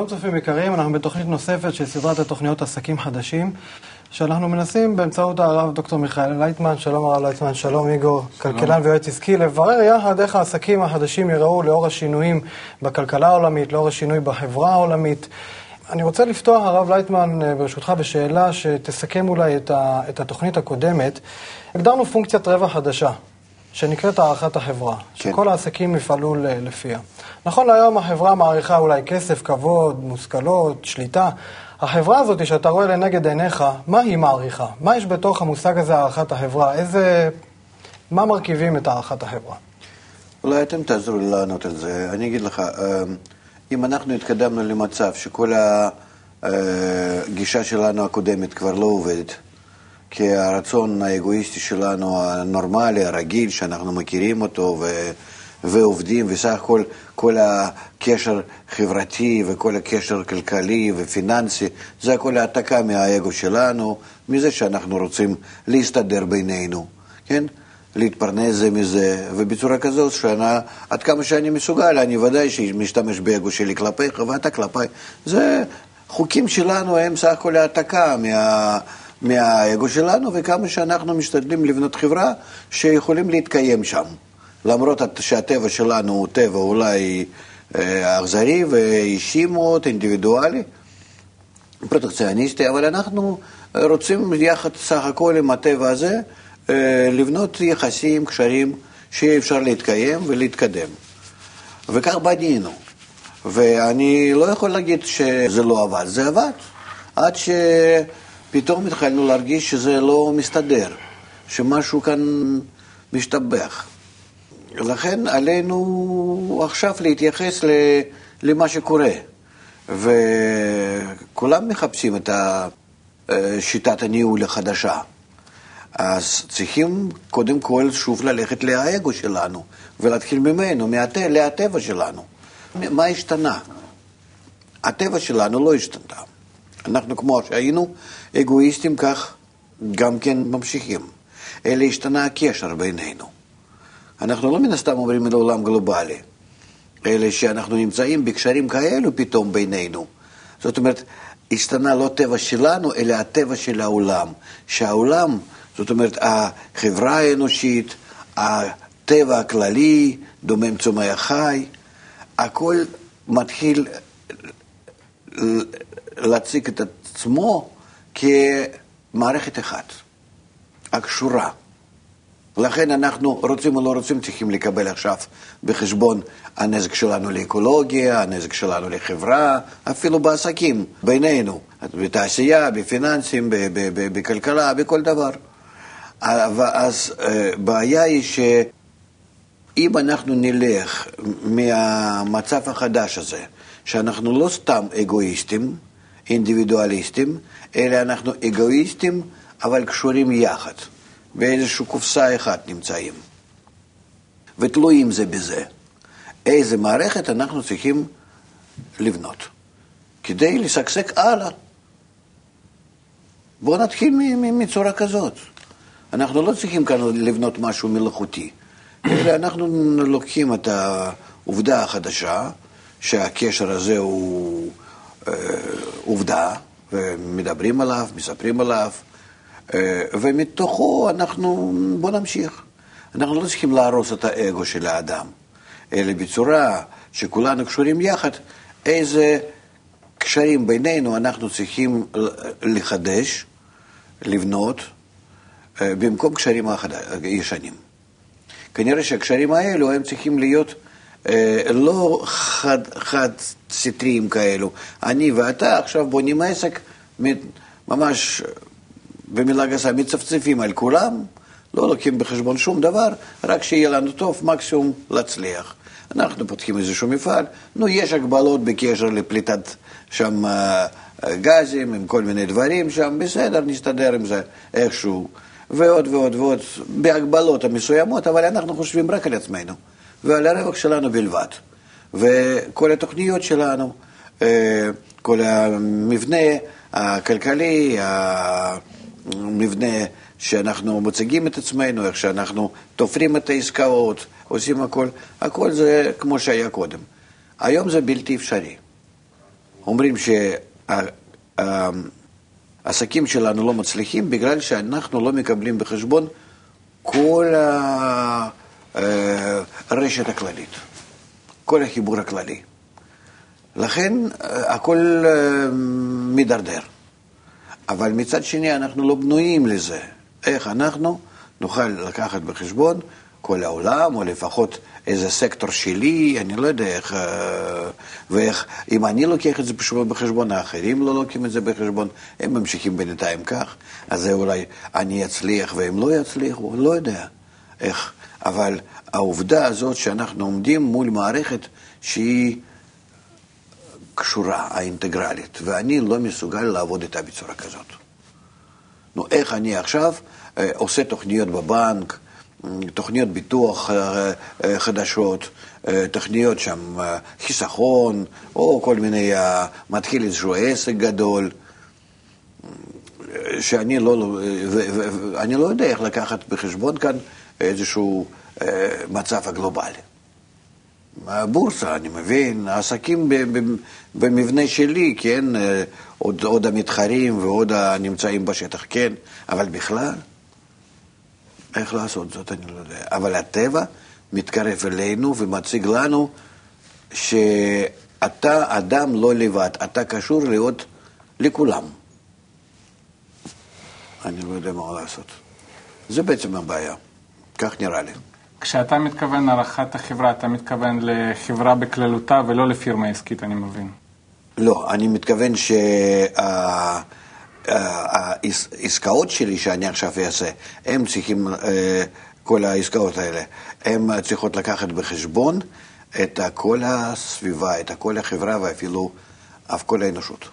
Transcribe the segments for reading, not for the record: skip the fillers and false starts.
שלום צופים יקרים, אנחנו בתוכנית נוספת של סדרת התוכניות עסקים חדשים, שאנחנו מנסים באמצעות הרב דוקטור מיכאל לייטמן, שלום הרב לייטמן, שלום איגור, כלכלן ויועץ עסקי, לברר יחד איך העסקים החדשים יראו לאור השינויים בכלכלה העולמית, לאור השינוי בחברה העולמית. אני רוצה לפתוח הרב לייטמן ברשותך בשאלה שתסכם אולי את התוכנית הקודמת. הגדרנו פונקציית רווח חדשה, שנקראת הערכת החברה, כן. שכל העסקים יפעלו לפיה. נכון להיום החברה מעריכה אולי כסף, כבוד, מושכלות, שליטה. החברה הזאת שאתה רואה לנגד עיניך, מה היא מעריכה? מה יש בתוך המושג הזה הערכת החברה? מה מרכיבים את הערכת החברה? אולי אתם תעזרו לי לענות על זה. אני אגיד לך, אם אנחנו התקדמנו למצב שכל הגישה שלנו הקודמת כבר לא עובדת, כי הרצון האגואיסטי שלנו, הנורמלי, הרגיל, שאנחנו מכירים אותו ועובדים, וסך הכל כל הקשר חברתי וכל הקשר כלכלי ופיננסי, זה הכל העתקה מהאגו שלנו, מזה שאנחנו רוצים להסתדר בינינו, כן? להתפרנס זה מזה, ובצורה כזאת עד כמה שאני מסוגל, אני ודאי שמשתמש באגו שלי כלפיך ואתה כלפיי. זה חוקים שלנו, הם סך הכל העתקה מהאגו שלנו, וכמה שאנחנו משתדלים לבנות חברה שיכולים להתקיים שם. למרות שהטבע שלנו הוא טבע אולי אכזרי ואישי מאוד, אינדיבידואלי, פרוטקציוניסטי, אבל אנחנו רוצים יחד סך הכל עם הטבע הזה לבנות יחסים, קשרים שיהיה אפשר להתקיים ולהתקדם. וכך בנינו. ואני לא יכול להגיד שזה לא עבד, זה עבד. עד שפתאום התחלנו להרגיש שזה לא מסתדר, שמשהו כאן משתבח. לכן עלינו עכשיו להתייחס למה שקורה. וכולם מחפשים את שיטת הניהול החדשה. אז צריכים קודם כל שוב ללכת לאגו שלנו, ולהתחיל ממנו, להטבע שלנו. מה השתנה? הטבע שלנו לא השתנה. אנחנו כמו שהיינו אגואיסטים, כך גם כן ממשיכים. אלא השתנה הקשר בינינו. אנחנו לא מן הסתם אומרים לעולם גלובלי, אלא שאנחנו נמצאים בקשרים כאלו פתאום בינינו. זאת אומרת, השתנה לא טבע שלנו, אלא הטבע של העולם. שהעולם, זאת אומרת, החברה האנושית, הטבע הכללי, דומם צומח חי, הכל מתחיל להציג את עצמו כמערכת אחת, הקשורה. לכן אנחנו רוצים או לא רוצים צריכים לקבל עכשיו בחשבון הנזק שלנו לאקולוגיה, הנזק שלנו לחברה, אפילו בעסקים בינינו, בתעשייה, בפיננסים, בכלכלה, בכל דבר. אז בעיה היא שאם אנחנו נלך מהמצב החדש הזה, שאנחנו לא סתם אגואיסטים, אינדיבידואליסטים, אלא אנחנו אגואיסטים אבל קשורים יחד. באיזושהי קופסה אחת נמצאים. ותלויים זה בזה. איזה מערכת אנחנו צריכים לבנות. כדי לשגשג הלאה. בואו נתחיל מצורה כזאת. אנחנו לא צריכים כאן לבנות משהו מלאכותי. אלא אנחנו לוקחים את העובדה החדשה, שהקשר הזה הוא עובדה, ומדברים עליו, מספרים עליו, ומתוכו בוא נמשיך. אנחנו לא צריכים להרוס את האגו של האדם, אלא בצורה שכולנו קשורים יחד, איזה קשרים בינינו אנחנו צריכים לחדש, לבנות, במקום קשרים ישנים. כנראה שהקשרים האלו הם צריכים להיות לא חד סטריים כאלו. אני ואתה עכשיו בונים עסק ממש במילה גסה, מצפצפים על כולם, לא לוקחים בחשבון שום דבר, רק שיהיה לנו טוב, מקסימום להצליח. אנחנו פותחים איזשהו מפעל, יש הגבלות בקשר לפליטת שם גזים, עם כל מיני דברים שם, בסדר, נסתדר עם זה איכשהו, ועוד ועוד ועוד, בהגבלות המסוימות, אבל אנחנו חושבים רק על עצמנו, ועל הרווח שלנו בלבד. וכל התוכניות שלנו, כל המבנה הכלכלי, מבנה שאנחנו מוצגים את עצמנו, איך שאנחנו תופרים את העסקאות, עושים הכל, הכל זה כמו שהיה קודם. היום זה בלתי אפשרי. אומרים שהעסקים שלנו לא מצליחים בגלל שאנחנו לא מקבלים בחשבון כל הרשת הכללית, כל החיבור הכללי. לכן הכל מדרדר. אבל מצד שני אנחנו לא בנויים לזה. איך אנחנו נוכל לקחת בחשבון כל העולם, או לפחות איזה סקטור שלי, אני לא יודע איך, ואיך, אם אני לוקח את זה בחשבון, האחרים לא לוקחים את זה בחשבון, הם ממשיכים בינתיים כך, אז זה אולי אני אצליח והם לא יצליחו, לא יודע איך. אבל העובדה הזאת שאנחנו עומדים מול מערכת שהיא קשורה, האינטגרלית, ואני לא מסוגל לעבוד איתה בצורה כזאת. נו, איך אני עכשיו עושה תוכניות בבנק, תוכניות ביטוח חדשות, תוכניות שם חיסכון, או כל מיני, מתחיל איזשהו עסק גדול, שאני אני לא יודע איך לקחת בחשבון כאן איזשהו מצב הגלובלי. הבורסה, אני מבין, העסקים במבנה שלי, כן, עוד המתחרים ועוד הנמצאים בשטח, כן, אבל בכלל, איך לעשות זאת, אני לא יודע. אבל הטבע מתקרב אלינו ומציג לנו שאתה אדם לא לבד, אתה קשור להיות לכולם. אני לא יודע מה לעשות. זה בעצם הבעיה, כך נראה לי. כשאתה מתכוון הערכת החברה, אתה מתכוון לחברה בכללותה ולא לפירמה עסקית, אני מבין. לא, אני מתכוון העסקאות שלי שאני עכשיו אעשה, הם צריכים, כל העסקאות האלה, הם צריכות לקחת בחשבון את כל הסביבה, את כל החברה ואפילו אף כל האנושות.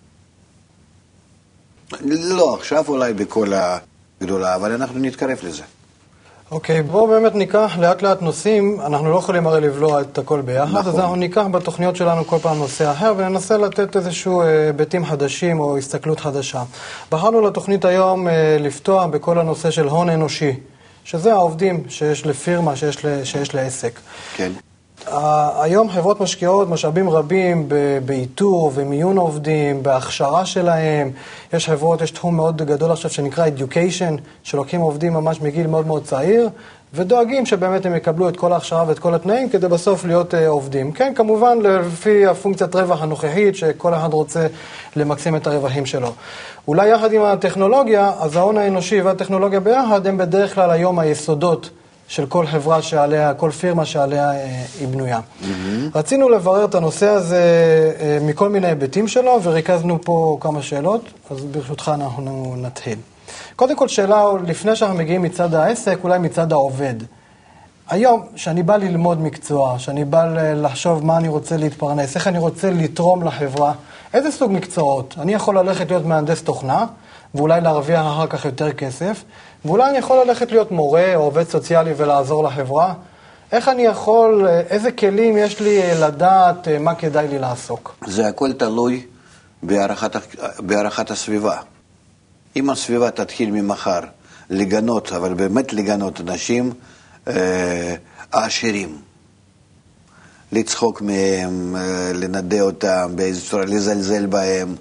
לא עכשיו אולי בכל הגדולה, אבל אנחנו נתקרב לזה. אוקיי, בואו באמת ניקח לאט לאט נושאים, אנחנו לא יכולים הרי לבלוע את הכל ביחד, נכון. אז אנחנו ניקח בתוכניות שלנו כל פעם נושא אחר, וננסה לתת איזשהו היבטים חדשים או הסתכלות חדשה. בחרנו לתוכנית היום לפתוח בכל הנושא של הון אנושי, שזה העובדים שיש לפירמה, שיש לעסק. כן. היום חברות משקיעות משאבים רבים באיתור ומיון עובדים, בהכשרה שלהם. יש חברות, יש תחום מאוד גדול עכשיו שנקרא education, שלוקחים עובדים ממש מגיל מאוד מאוד צעיר, ודואגים שבאמת הם יקבלו את כל ההכשרה ואת כל התנאים כדי בסוף להיות עובדים. כן, כמובן לפי הפונקציית רווח הנוכחית, שכל אחד רוצה למקסם את הרווחים שלו. אולי יחד עם הטכנולוגיה, אז ההון האנושי והטכנולוגיה ביחד הם בדרך כלל היום היסודות של כל חברה שעליה, כל פירמה שעליה היא בנויה. רצינו לברר את הנושא הזה מכל מיני היבטים שלו, וריכזנו פה כמה שאלות, אז ברשותך אנחנו נתחיל. קודם כל שאלה, לפני שאנחנו מגיעים מצד העסק, אולי מצד העובד. היום, שאני בא ללמוד מקצוע, שאני בא לחשוב מה אני רוצה להתפרנס, איך אני רוצה לתרום לחברה, איזה סוג מקצועות? אני יכול ללכת להיות מהנדס תוכנה, ואולי להרוויח אחר כך יותר כסף, ואולי אני יכול ללכת להיות מורה או עובד סוציאלי ולעזור לחברה. איך אני יכול, איזה כלים יש לי לדעת מה כדאי לי לעסוק? זה הכל תלוי בהערכת הסביבה. אם הסביבה תתחיל ממחר לגנות, אבל באמת לגנות אנשים העשירים, לצחוק מהם, לנדה אותם, באיזו צורה לזלזל בהם,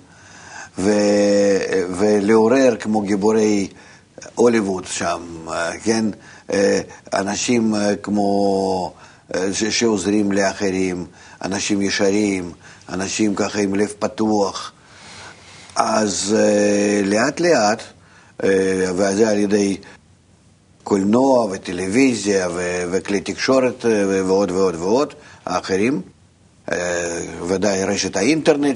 ולעורר כמו גיבורי הוליווד שם, כן? אנשים כמו שעוזרים לאחרים, אנשים ישרים, אנשים ככה עם לב פתוח. אז לאט לאט, וזה על ידי קולנוע וטלוויזיה וכלי תקשורת ועוד ועוד ועוד, האחרים, ודאי רשת האינטרנט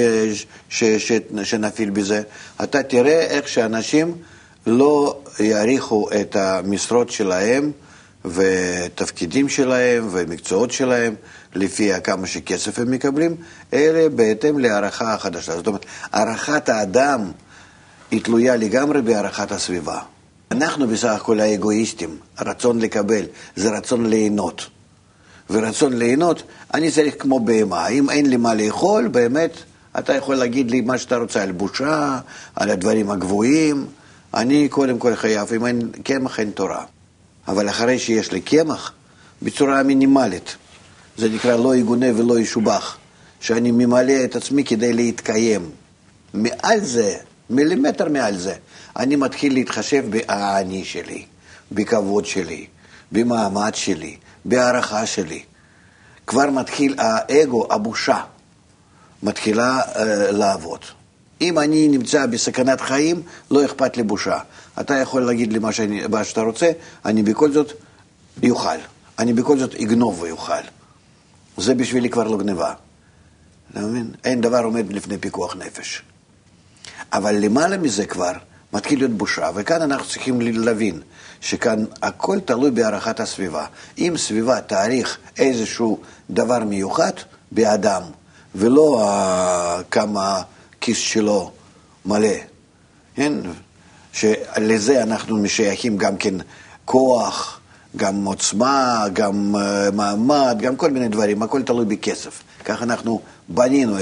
שנפיל בזה, אתה תראה איך שאנשים לא יעריכו את המשרות שלהם ותפקידים שלהם ומקצועות שלהם לפי כמה שכסף הם מקבלים, אלה בהתאם להערכה החדשה. זאת אומרת, הערכת האדם היא תלויה לגמרי בהערכת הסביבה. אנחנו בסך הכל האגואיסטים, הרצון לקבל, זה רצון ליהנות. ורצון ליהנות, אני צריך כמו בהמה. אם אין לי מה לאכול, באמת, אתה יכול להגיד לי מה שאתה רוצה על בושה, על הדברים הגבוהים. אני קודם כל חייב, אם אין קמח אין תורה. אבל אחרי שיש לי קמח, בצורה מינימלית, זה נקרא לא יגונה ולא ישובח. שאני ממלא את עצמי כדי להתקיים. מעל זה, מילימטר מעל זה, אני מתחיל להתחשב באני שלי, בכבוד שלי, במעמד שלי, בהערכה שלי. כבר מתחיל האגו, הבושה, מתחילה לעבוד. אם אני נמצא בסכנת חיים, לא אכפת לי בושה. אתה יכול להגיד לי מה שאתה רוצה, אני בכל זאת יוכל. אני בכל זאת אגנוב ויוכל. זה בשבילי כבר לא גניבה. אתה מבין? אין דבר עומד לפני פיקוח נפש. אבל למעלה מזה כבר מתחיל להיות בושה, וכאן אנחנו צריכים להבין שכאן הכל תלוי בהערכת הסביבה. אם סביבה תעריך איזשהו דבר מיוחד באדם, ולא כמה כיס שלו מלא, כן? שלזה אנחנו משייכים גם כן כוח, גם עוצמה, גם מעמד, גם כל מיני דברים, הכל תלוי בכסף. כך אנחנו בנינו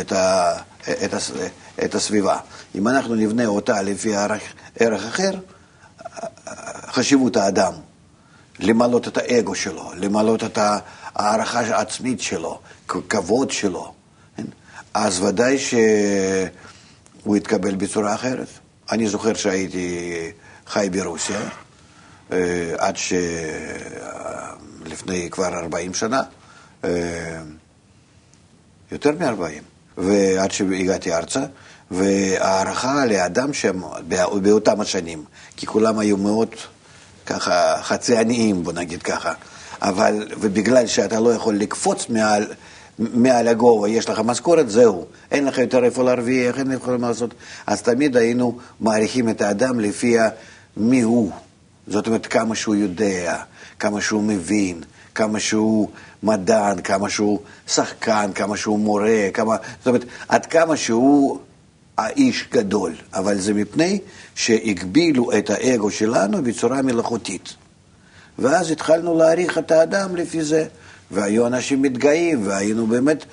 את הסביבה. אם אנחנו נבנה אותה לפי ערך אחר, חשיבות האדם, למלות את האגו שלו, למלות את הערכה העצמית שלו, כבוד שלו, אז ודאי שהוא יתקבל בצורה אחרת. אני זוכר שהייתי חי ברוסיה, עד שלפני כבר 40 שנה, יותר מ-40, ועד שהגעתי ארצה, והערכה לאדם שם באותם השנים, כי כולם היו מאוד ככה חצי עניים, בוא נגיד ככה, אבל, ובגלל שאתה לא יכול לקפוץ מעל הגובה, יש לך משכורת, זהו, אין לך יותר איפה להרוויח, אין לך מה לעשות, אז תמיד היינו מעריכים את האדם לפי מי הוא, זאת אומרת כמה שהוא יודע, כמה שהוא מבין, כמה שהוא מדען, כמה שהוא שחקן, כמה שהוא מורה, זאת אומרת, עד כמה שהוא האיש גדול, אבל זה מפני שהגבילו את האגו שלנו בצורה מלאכותית. ואז התחלנו להעריך את האדם לפי זה, והיו אנשים מתגאים, והיינו באמת,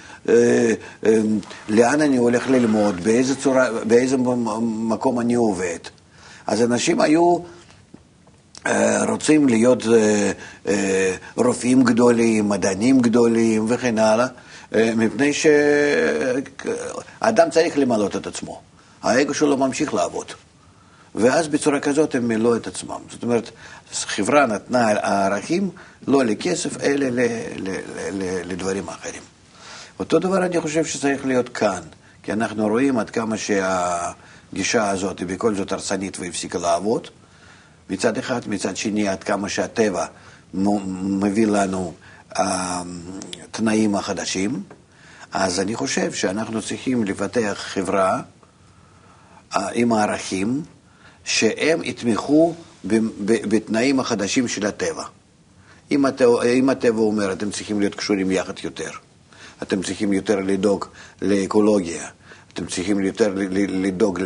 לאן אני הולך ללמוד, באיזה מקום אני עובד. אז אנשים היו רוצים להיות רופאים גדולים, מדענים גדולים וכן הלאה, מפני שהאדם צריך למלות את עצמו. האגו שלו ממשיך לעבוד. ואז בצורה כזאת הם מילאו את עצמם. זאת אומרת, חברה נתנה הערכים לא לכסף, אלא לדברים אחרים. אותו דבר אני חושב שצריך להיות כאן, כי אנחנו רואים עד כמה שהגישה הזאת היא בכל זאת הרסנית והפסיקה לעבוד. מצד אחד, מצד שני, עד כמה שהטבע מביא לנו תנאים החדשים, אז אני חושב שאנחנו צריכים לפתח חברה עם הערכים שהם יתמכו בתנאים החדשים של הטבע. אם הטבע אומר, אתם צריכים להיות קשורים יחד יותר, אתם צריכים יותר לדאוג לאקולוגיה, אתם צריכים יותר לדאוג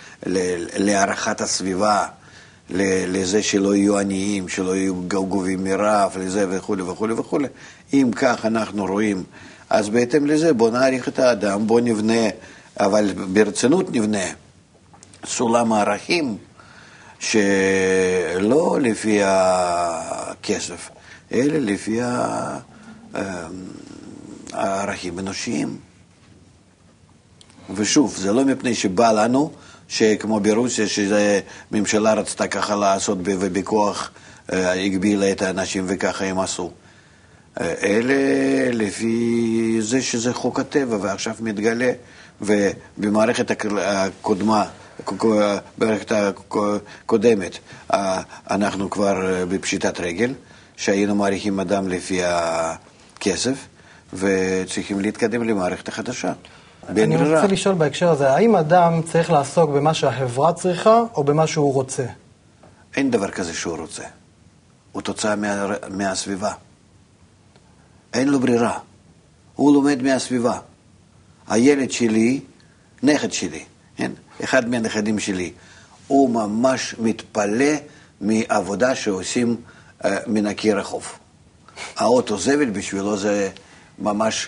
להערכת הסביבה, לזה שלא יהיו עניים, שלא יהיו גובים מרעב, לזה וכו' וכו' וכו'. אם כך אנחנו רואים, אז בהתאם לזה בוא נעריך את האדם, בוא נבנה, אבל ברצינות נבנה סולם הערכים שלא לפי הכסף, אלא לפי הערכים אנושיים. ושוב, זה לא מפני שבא לנו, שכמו ברוסיה, שהממשלה רצתה ככה לעשות ובכוח הגבילה את האנשים וככה הם עשו. אלה לפי זה שזה חוק הטבע ועכשיו מתגלה, ובמערכת הקודמה, במערכת הקודמת, אנחנו כבר בפשיטת רגל, שהיינו מעריכים אדם לפי הכסף, וצריכים להתקדם למערכת החדשה. אני רוצה לשאול בהקשר הזה, האם אדם צריך לעסוק במה שהחברה צריכה או במה שהוא רוצה? אין דבר כזה שהוא רוצה. הוא תוצאה מהסביבה. אין לו ברירה. הוא לומד מהסביבה. הילד שלי, נכד שלי, אחד מהנכדים שלי, הוא ממש מתפלא מעבודה שעושים מנקי רחוב. האוטו זבל בשבילו זה ממש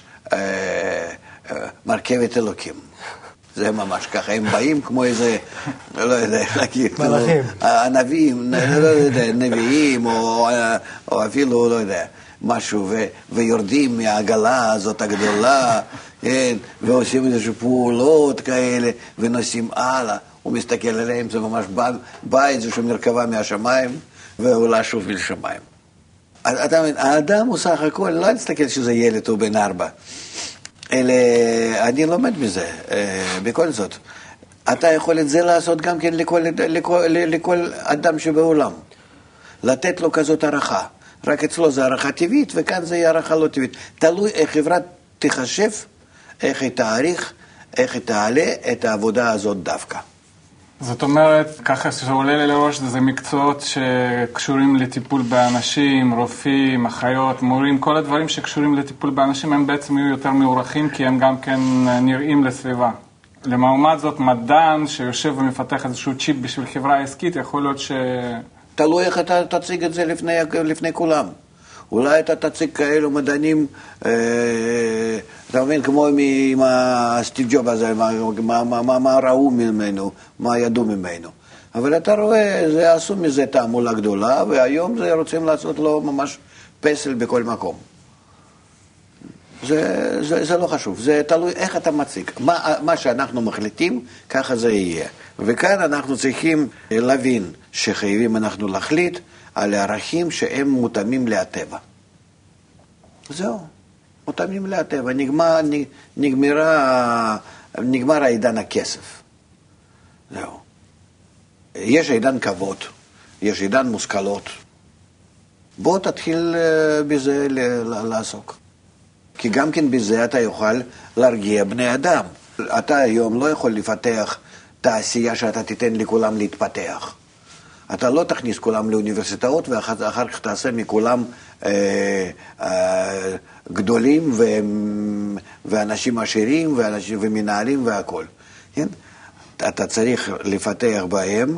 מרכבת אלוקים. זה ממש ככה, הם באים כמו איזה, לא יודע איך להגיד, מלאכים. הנביאים, לא יודע, נביאים, או אפילו, לא יודע, משהו, ויורדים מהעגלה הזאת הגדולה, כן, ועושים איזושהי פעולות כאלה, ונוסעים הלאה. הוא מסתכל עליהם, זה ממש בא איזושהי מרכבה מהשמיים, ועולה שוב לשמיים. אתה מבין, האדם הוא סך הכל, לא נסתכל שזה ילד הוא בן 4, אלא אני לומד מזה, בכל זאת. אתה יכול את זה לעשות גם כן לכל אדם שבעולם. לתת לו כזאת הערכה. רק אצלו זה הערכה טבעית, וכאן זה הערכה לא טבעית. תלוי איך חברה תחשב, איך היא תעריך, איך היא תעלה את העבודה הזאת דווקא. זאת אומרת, ככה שעולה לי לראש, זה מקצועות שקשורים לטיפול באנשים, רופאים, אחיות, מורים, כל הדברים שקשורים לטיפול באנשים הם בעצם יהיו יותר מעורכים, כי הם גם כן נראים לסביבה. למעומת זאת, מדען שיושב ומפתח איזשהו צ'יפ בשביל חברה עסקית, יכול להיות תלוי איך אתה תציג את זה לפני כולם. אולי אתה תציג כאלו מדענים, אתה מבין, כמו עם הסטיב ג'וב הזה, מה ראו ממנו, מה ידעו ממנו. אבל אתה רואה, זה עשו מזה תעמולה גדולה, והיום זה רוצים לעשות לו ממש פסל בכל מקום. זה לא חשוב, זה תלוי איך אתה מציג. מה שאנחנו מחליטים, ככה זה יהיה. וכאן אנחנו צריכים להבין שחייבים אנחנו להחליט על הערכים שהם מותאמים לטבע. זהו, מותאמים לטבע. נגמר העידן הכסף. זהו. יש עידן כבוד, יש עידן מושכלות. בוא תתחיל בזה לעסוק. כי גם כן בזה אתה יוכל להרגיע בני אדם. אתה היום לא יכול לפתח תעשייה שאתה תיתן לכולם להתפתח. אתה לא תכניס כולם לאוניברסיטאות ואחר כך תעשה מכולם גדולים ואנשים עשירים ומנהלים והכל. כן? אתה צריך לפתח בהם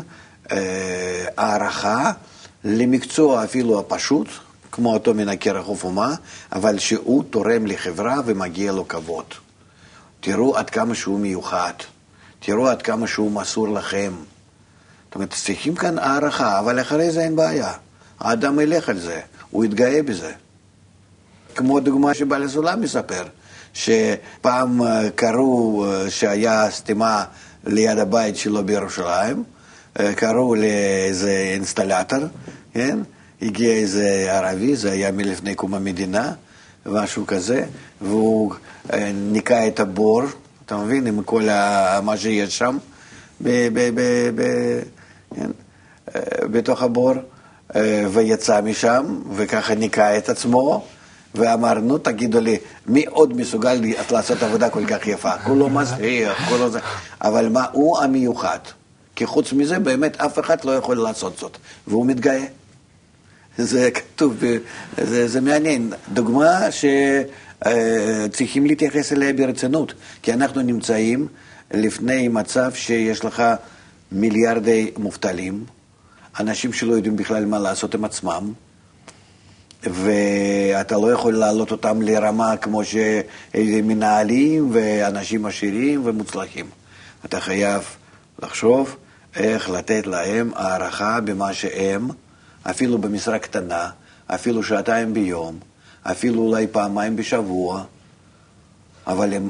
הערכה למקצוע אפילו הפשוט, כמו אותו מנקר החופומה, אבל שהוא תורם לחברה ומגיע לו כבוד. תראו עד כמה שהוא מיוחד. תראו עד כמה שהוא מסור לכם. זאת אומרת, צריכים כאן הערכה, אבל אחרי זה אין בעיה. האדם ילך על זה, הוא יתגאה בזה. כמו דוגמה שבעל הסולם מספר, שפעם קראו שהיה סתימה ליד הבית שלו בירושלים, קראו לאיזה אינסטלטור, כן? הגיע איזה ערבי, זה היה מלפני קום המדינה, משהו כזה, והוא ניקה את הבור, אתה מבין, עם כל מה שיש שם, בתוך הבור, ויצא משם, וככה ניקה את עצמו, ואמרנו, תגידו לי, מי עוד מסוגל לעשות עבודה כל כך יפה? כולו מסריח, כולו זה, אבל מה הוא המיוחד? כי חוץ מזה באמת אף אחד לא יכול לעשות זאת, והוא מתגאה. זה כתוב, זה מעניין. דוגמה שצריכים להתייחס אליה ברצינות, כי אנחנו נמצאים לפני מצב שיש לך מיליארדי מובטלים, אנשים שלא יודעים בכלל מה לעשות עם עצמם, ואתה לא יכול להעלות אותם לרמה כמו שמנהלים ואנשים עשירים ומוצלחים. אתה חייב לחשוב איך לתת להם הערכה במה שהם, אפילו במשרה קטנה, אפילו שעתיים ביום, אפילו אולי פעמיים בשבוע, אבל הם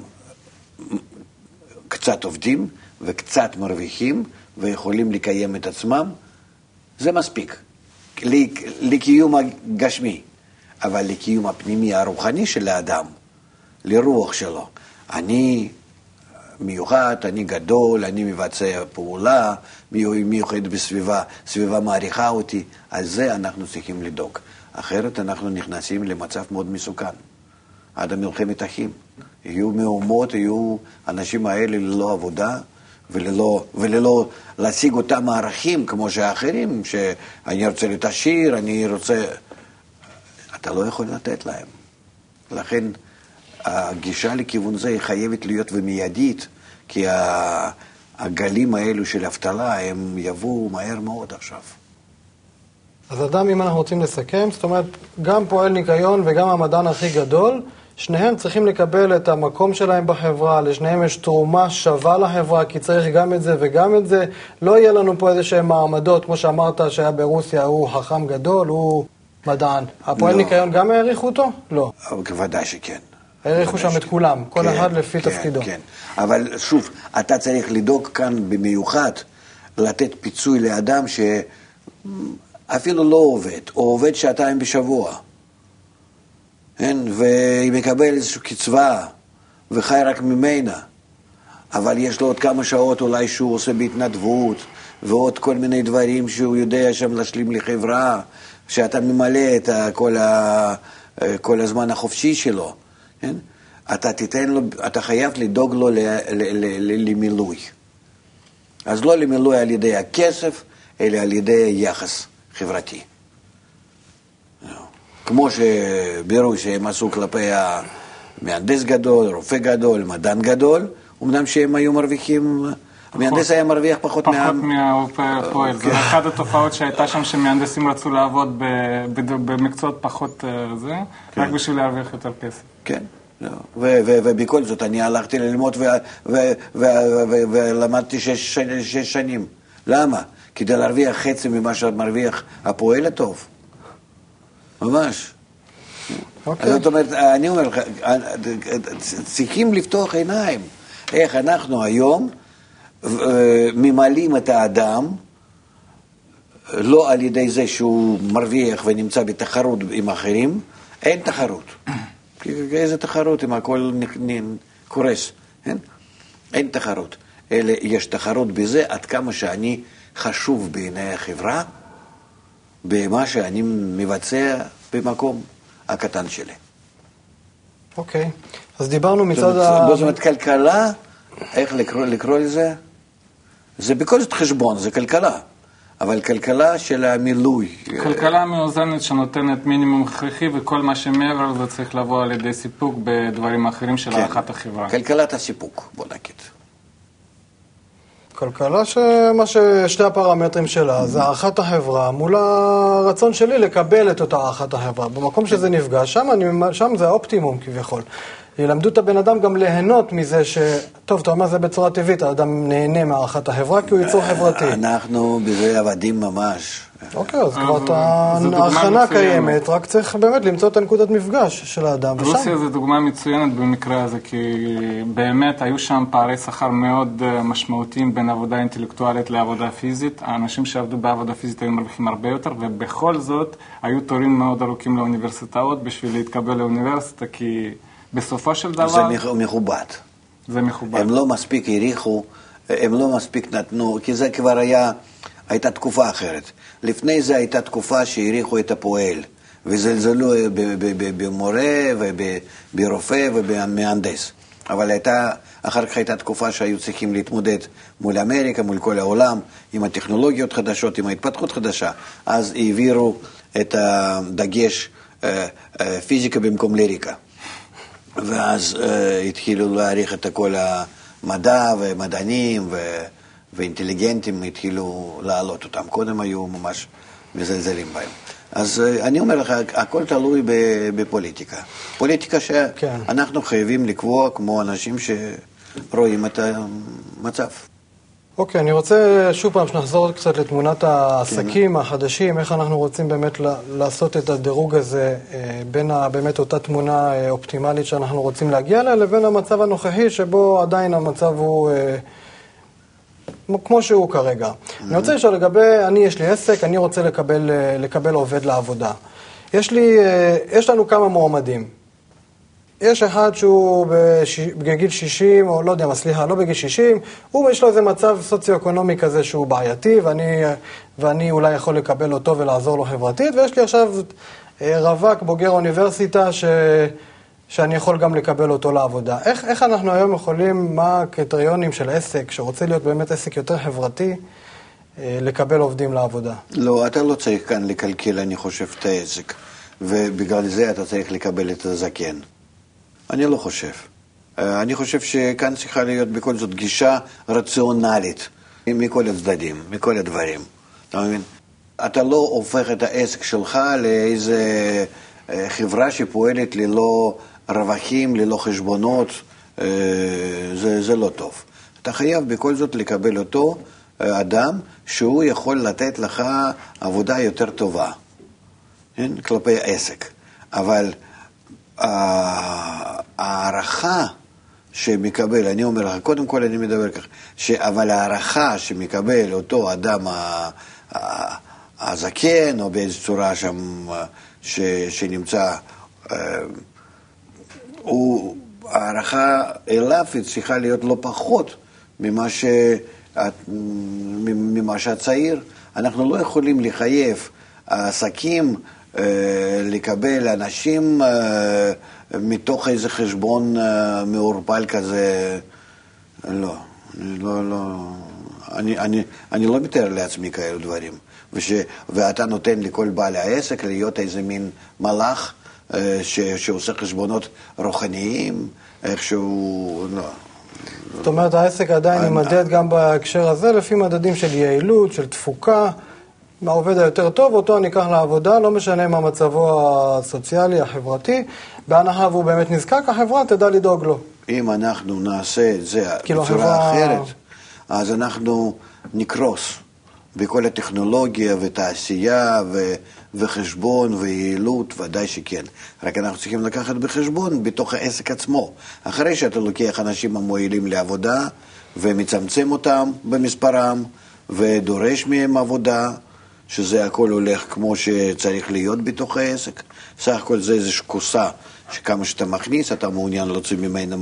קצת עובדים וקצת מרוויחים ויכולים לקיים את עצמם, זה מספיק. לקיום הגשמי, אבל לקיום הפנימי הרוחני של האדם, לרוח שלו. אני מיוחד, אני גדול, אני מבצע פעולה, מיוחד בסביבה, סביבה מעריכה אותי, על זה אנחנו צריכים לדאוג. אחרת אנחנו נכנסים למצב מאוד מסוכן. עד המלחמת אחים. יהיו מהומות, יהיו אנשים האלה ללא עבודה, וללא להשיג אותם הערכים כמו שהאחרים, שאני רוצה לתשיר, אני רוצה... אתה לא יכול לתת להם. לכן הגישה לכיוון זה היא חייבת להיות ומיידית, כי הגלים האלו של אבטלה הם יבואו מהר מאוד עכשיו. אז אדם, אם אנחנו רוצים לסכם, זאת אומרת, גם פועל ניקיון וגם המדען הכי גדול, שניהם צריכים לקבל את המקום שלהם בחברה, לשניהם יש תרומה שווה לחברה, כי צריך גם את זה וגם את זה. לא יהיה לנו פה איזה שהם מעמדות, כמו שאמרת שהיה ברוסיה, הוא חכם גדול, הוא מדען. הפועל ניקיון גם העריכו אותו? לא. ודאי שכן. העריכו שם את כולם, כל אחד לפי תפקידו. כן, אבל שוב, אתה צריך לדאוג כאן במיוחד לתת פיצוי לאדם שאפילו לא עובד, או עובד שעתיים בשבוע, ומקבל איזושהי קצבה וחי רק ממנה, אבל יש לו עוד כמה שעות אולי שהוא עושה בהתנדבות, ועוד כל מיני דברים שהוא יודע שם להשלים לחברה, שאתה ממלא את כל הזמן החופשי שלו. אתה חייב לדאוג לו למילוי. אז לא למילוי על ידי הכסף, אלא על ידי יחס חברתי. כמו שבירו שהם עשו כלפי המהנדס גדול, רופא גדול, מדען גדול, אמנם שהם היו מרוויחים, המהנדס היה מרוויח פחות מהפועל. זו אחת התופעות שהייתה שם שמהנדסים רצו לעבוד במקצועות פחות זה, רק בשביל להרוויח יותר כסף. כן. ובכל זאת אני הלכתי ללמוד ולמדתי 6 שנים. למה? כדי להרוויח חצי ממה שמרוויח הפועל הטוב. ממש. זאת אומרת, אני אומר לך, צריכים לפתוח עיניים. איך אנחנו היום ממלאים את האדם, לא על ידי זה שהוא מרוויח ונמצא בתחרות עם אחרים, אין תחרות. איזה תחרות אם הכל קורס, אין תחרות, אלא יש תחרות בזה עד כמה שאני חשוב בעיני החברה, במה שאני מבצע במקום הקטן שלי. אוקיי, אז דיברנו מצד זאת אומרת, כלכלה, איך לקרוא לזה? זה בכל זאת חשבון, זה כלכלה. אבל כלכלה של המילוי. כלכלה מאוזנת שנותנת מינימום הכרחי, וכל מה שמעבר זה צריך לבוא על ידי סיפוק בדברים אחרים של הערכת החברה. כלכלת הסיפוק, בוא נגיד. כלכלה שמה ששתי הפרמטרים שלה זה הערכת החברה מול הרצון שלי לקבל את אותה הערכת החברה. במקום שזה נפגש, שם זה האופטימום כביכול. ילמדו את הבן אדם גם ליהנות מזה טוב, אתה אומר זה בצורה טבעית, האדם נהנה מהערכת החברה כי הוא ייצור חברתי. אנחנו בזה עבדים ממש. אוקיי, אז כבר ההכנה קיימת, רק צריך באמת למצוא את הנקודת מפגש של האדם. רוסיה זה דוגמה מצוינת במקרה הזה, כי באמת היו שם פערי שכר מאוד משמעותיים בין עבודה אינטלקטואלית לעבודה פיזית. האנשים שעבדו בעבודה פיזית היו מרוויחים הרבה יותר, ובכל זאת היו תורים מאוד ארוכים לאוניברסיטאות בשביל להתקבל לאוניברסיטה, כי בסופו של דבר... זה מכובד. זה מכובד. הם לא מספיק העריכו, הם לא מספיק נתנו, כי זה כבר הייתה תקופה אחרת. לפני זה הייתה תקופה שהעריכו את הפועל, וזלזלו במורה וברופא ובמהנדס. אבל אחר כך הייתה תקופה שהיו צריכים להתמודד מול אמריקה, מול כל העולם, עם הטכנולוגיות חדשות, עם ההתפתחות חדשה. אז העבירו את הדגש פיזיקה במקום ליריקה. ואז התחילו להעריך את כל המדע ומדענים ואינטליגנטים התחילו להעלות אותם. קודם היו ממש מזלזלים בהם. אז אני אומר לך, הכל תלוי בפוליטיקה. פוליטיקה שאנחנו חייבים לקבוע כמו אנשים שרואים את המצב. אוקיי, אני רוצה שוב פעם שנחזור קצת לתמונת העסקים החדשים, איך אנחנו רוצים באמת לעשות את הדירוג הזה בין באמת אותה תמונה אופטימלית שאנחנו רוצים להגיע אליה, לבין המצב הנוכחי שבו עדיין המצב הוא כמו שהוא כרגע. אני רוצה לשאול לגבי, יש לי עסק, אני רוצה לקבל עובד לעבודה. יש לנו כמה מועמדים. יש אחד שהוא בגיל 60, או לא יודע מה, סליחה, לא בגיל 60, יש לו איזה מצב סוציו-אקונומי כזה שהוא בעייתי, ואני אולי יכול לקבל אותו ולעזור לו חברתית, ויש לי עכשיו רווק בוגר אוניברסיטה שאני יכול גם לקבל אותו לעבודה. איך אנחנו היום יכולים, מה הקריטריונים של עסק, שרוצה להיות באמת עסק יותר חברתי, לקבל עובדים לעבודה? לא, אתה לא צריך כאן לקלקל, אני חושב, את העסק, ובגלל זה אתה צריך לקבל את הזקן. אני לא חושב. אני חושב שכאן צריכה להיות בכל זאת גישה רציונלית מכל הצדדים, מכל הדברים. אתה מבין? אתה לא הופך את העסק שלך לאיזה חברה שפועלת ללא רווחים, ללא חשבונות. זה לא טוב. אתה חייב בכל זאת לקבל אותו אדם שהוא יכול לתת לך עבודה יותר טובה. כן? כלפי העסק. אבל הערכה שמקבל, אני אומר לך, קודם כל אני מדבר כך, אבל הערכה שמקבל אותו אדם הזקן, או באיזו צורה שם שנמצא, הערכה אליו היא צריכה להיות לא פחות ממה שהצעיר. אנחנו לא יכולים לחייב עסקים לקבל אנשים מתוך איזה חשבון מעורפל כזה. לא, אני לא מתאר לעצמי כאלו דברים. ואתה נותן לכל בעל העסק להיות איזה מין מלאך שעושה חשבונות רוחניים, איכשהו, לא. זאת אומרת, העסק עדיין יימדד גם בהקשר הזה, לפי מדדים של יעילות, של תפוקה. העובד היותר טוב, אותו אני אקח לעבודה, לא משנה מה מצבו הסוציאלי, החברתי, בהנחה והוא באמת נזקק, החברה תדע לדאוג לו. אם אנחנו נעשה את זה בצורה אחרת, אז אנחנו נקרוס בכל הטכנולוגיה ותעשייה וחשבון ויעילות, ודאי שכן. רק אנחנו צריכים לקחת בחשבון בתוך העסק עצמו. אחרי שאתה לוקח אנשים המועילים לעבודה ומצמצם אותם במספרם ודורש מהם עבודה, שזה הכל הולך כמו שצריך להיות בתוך העסק. סך הכל זה איזושהי כוסה שכמה שאתה מכניס, אתה מעוניין להוציא ממנו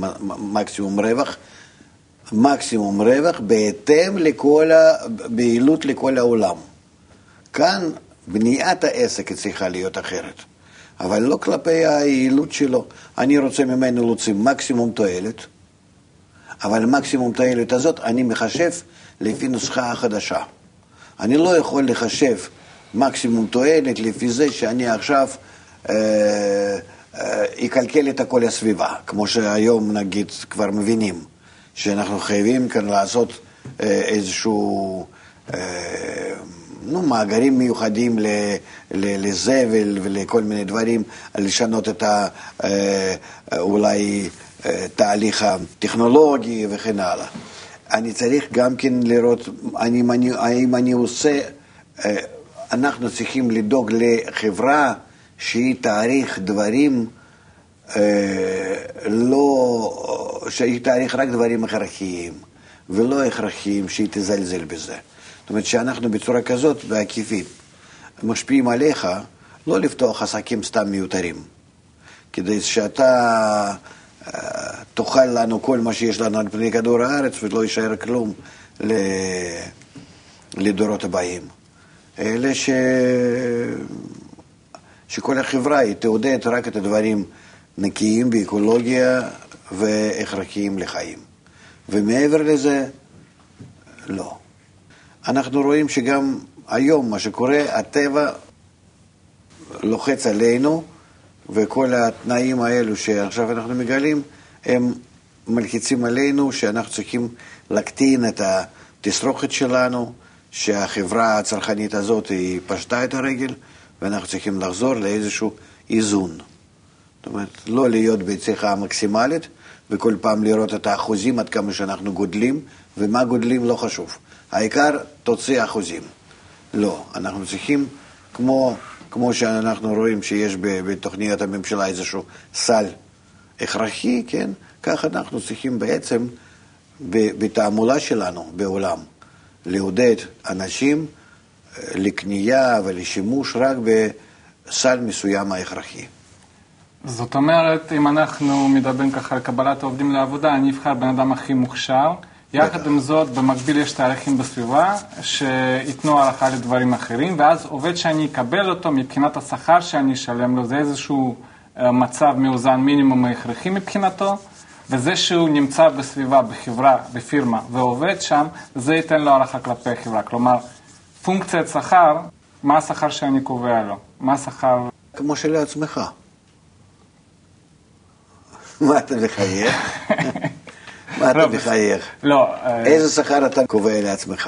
מקסימום רווח בהתאם ביעילות לכל העולם. כאן בניית העסק צריכה להיות אחרת, אבל לא כלפי היעילות שלו. אני רוצה ממנו להוציא מקסימום תועלת, אבל מקסימום תועלת הזאת אני מחשב לפי נוסחה החדשה. אני לא יכול לחשב מקסימום תועלת לפי זה שאני עכשיו אקלקל את כל הסביבה, כמו שהיום נגיד כבר מבינים, שאנחנו חייבים כאן לעשות איזשהו מאגרים מיוחדים לזבל ולכל מיני דברים, לשנות את אולי תהליך הטכנולוגי וכן הלאה. אני צריך גם כן לראות, האם אני עושה, אנחנו צריכים לדאוג לחברה שהיא תאריך דברים, שהיא תאריך רק דברים הכרחיים, ולא הכרחיים שהיא תזלזל בזה. זאת אומרת שאנחנו בצורה כזאת בעקיפין משפיעים עליך לא לפתוח עסקים סתם מיותרים, כדי שאתה תאכל לנו כל מה שיש לנו על פני כדור הארץ ולא יישאר כלום לדורות הבאים. אלה שכל החברה היא תעודד רק את הדברים נקיים באקולוגיה והכרחיים לחיים. ומעבר לזה, לא. אנחנו רואים שגם היום מה שקורה, הטבע לוחץ עלינו, וכל התנאים האלו שעכשיו אנחנו מגלים, הם מלחיצים עלינו שאנחנו צריכים להקטין את התסרוקת שלנו, שהחברה הצרכנית הזאת היא פשטה את הרגל, ואנחנו צריכים לחזור לאיזשהו איזון. זאת אומרת, לא להיות בצריכה המקסימלית, וכל פעם לראות את האחוזים עד כמה שאנחנו גודלים, ומה גודלים לא חשוב. העיקר תוציא אחוזים. לא, אנחנו צריכים, כמו שאנחנו רואים שיש בתוכניות הממשלה איזשהו סל הכרחי, כן? כך אנחנו צריכים בעצם בתעמולה שלנו בעולם לעודד אנשים לקנייה ולשימוש רק בסל מסוים ההכרחי. זאת אומרת, אם אנחנו מדברים ככה על קבלת העובדים לעבודה, אני אבחר בן אדם הכי מוכשר. יחד עם זאת, במקביל יש תהליכים בסביבה שיתנו הערכה לדברים אחרים, ואז עובד שאני אקבל אותו מבחינת השכר שאני אשלם לו, זה איזשהו מצב מאוזן מינימום הכרחי מבחינתו, וזה שהוא נמצא בסביבה, בחברה, בפירמה, ועובד שם, זה ייתן לו הערכה כלפי החברה. כלומר, פונקציית שכר, מה השכר שאני קובע לו? מה השכר? כמו שלעצמך. מה אתה מחייך? מה אתה מחייך? לא. איזה שכר אתה קובע לעצמך?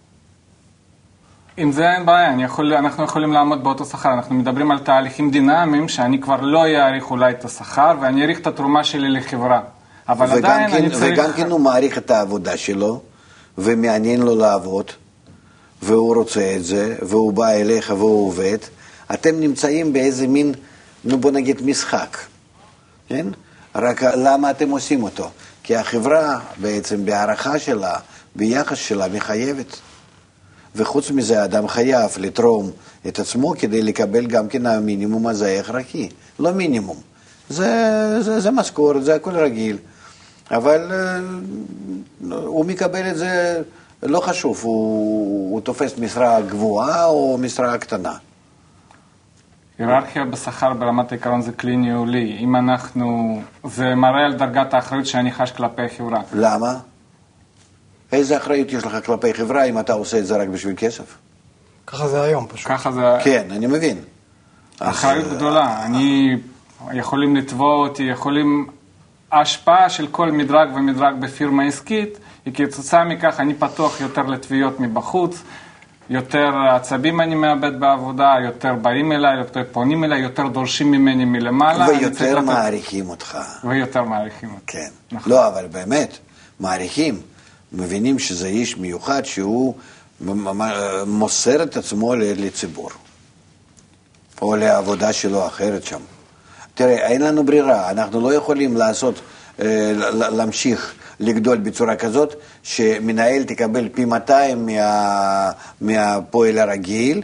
עם זה אין בעיה, אנחנו יכולים לעמוד באותו שכר. אנחנו מדברים על תהליכים דינמיים שאני כבר לא אעריך אולי את השכר, ואני אעריך את התרומה שלי לחברה. אבל עדיין אני צריך... וגם כן הוא מעריך את העבודה שלו, ומעניין לו לעבוד, והוא רוצה את זה, והוא בא אליך והוא עובד, אתם נמצאים באיזה מין, בוא נגיד משחק, כן? רק למה אתם עושים אותו? כי החברה בעצם בהערכה שלה, ביחס שלה מחייבת. וחוץ מזה, האדם חייב לתרום את עצמו כדי לקבל גם כן המינימום הזה הכרחי. לא מינימום. זה משכורת, זה הכל רגיל. אבל הוא מקבל את זה, לא חשוב, הוא תופס משרה גבוהה או משרה קטנה. היררכיה בשכר ברמת העיקרון זה כלי ניהולי. אם אנחנו, זה מראה על דרגת האחריות שאני חש כלפי החברה. למה? איזה אחריות יש לך כלפי חברה אם אתה עושה את זה רק בשביל כסף? ככה זה היום פשוט. ככה זה... כן, אני מבין. אחריות גדולה. יכולים לתבוע אותי, ההשפעה של כל מדרג ומדרג בפירמה עסקית, היא כתוצאה מכך אני פתוח יותר לתביעות מבחוץ, יותר עצבים אני מאבד בעבודה, יותר באים אליי, יותר פונים אליי, יותר דורשים ממני מלמעלה. ויותר מעריכים אותך. ויותר מעריכים אותך. כן. נכון. לא, אבל באמת, מעריכים. מבינים שזה איש מיוחד שהוא מוסר את עצמו לציבור. או לעבודה שלו אחרת שם. תראה, אין לנו ברירה, אנחנו לא יכולים להמשיך לגדול בצורה כזאת, שמנהל תקבל פי 200 מהפועל הרגיל,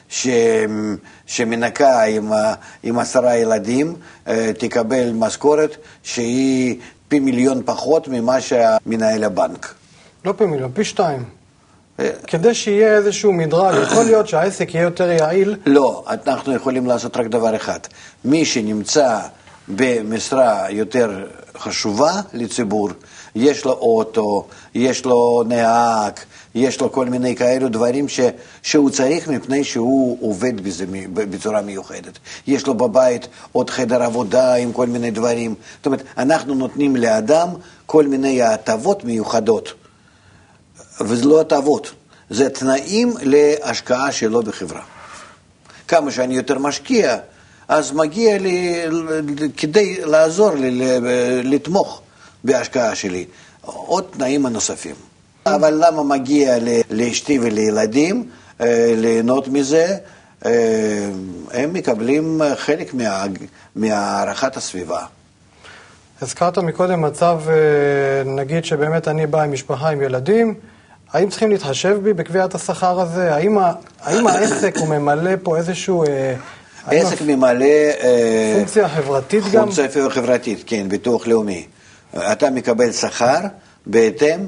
שמנקה עם 10 ילדים, תקבל משכורת שהיא פי 1,000,000 פחות ממה שמנהל הבנק. לא פי 1,000,000, פי 2. כדי שיהיה איזשהו מדרג, יכול להיות שהעסק יהיה יותר יעיל? לא, אנחנו יכולים לעשות רק דבר אחד. מי שנמצא במשרה יותר חשובה לציבור, יש לו אוטו, יש לו נהג, יש לו כל מיני כאלו דברים שהוא צריך מפני שהוא עובד בזה בצורה מיוחדת. יש לו בבית עוד חדר עבודה עם כל מיני דברים. זאת אומרת, אנחנו נותנים לאדם כל מיני הטבות מיוחדות. וזה לא הטבות, זה תנאים להשקעה שלו בחברה. כמה שאני יותר משקיע, אז מגיע לי, כדי לעזור לי, לתמוך בהשקעה שלי, עוד תנאים הנוספים. אבל למה מגיע לאשתי ולילדים ליהנות מזה? הם מקבלים חלק מהערכת הסביבה. הזכרת מקודם מצב, נגיד שבאמת אני בא עם משפחה עם ילדים, האם צריכים להתחשב בי בקביעת השכר הזה? האם העסק הוא ממלא פה איזשהו... העסק ממלא... פונקציה חברתית גם? פונקציה חברתית, כן, ביטוח לאומי. אתה מקבל שכר בהתאם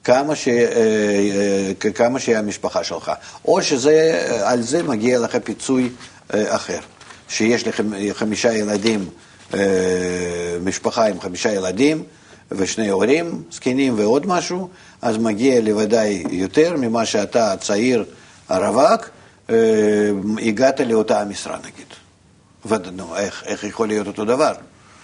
כמה שהמשפחה שלך. או שעל זה מגיע לך פיצוי אחר. שיש לכם 5 ילדים, משפחה עם 5 ילדים, ו2 הורים, זקנים ועוד משהו, אז מגיע לוודאי יותר ממה שאתה צעיר הרווק, הגעת לאותה המשרה נגיד. ודנו, איך יכול להיות אותו דבר?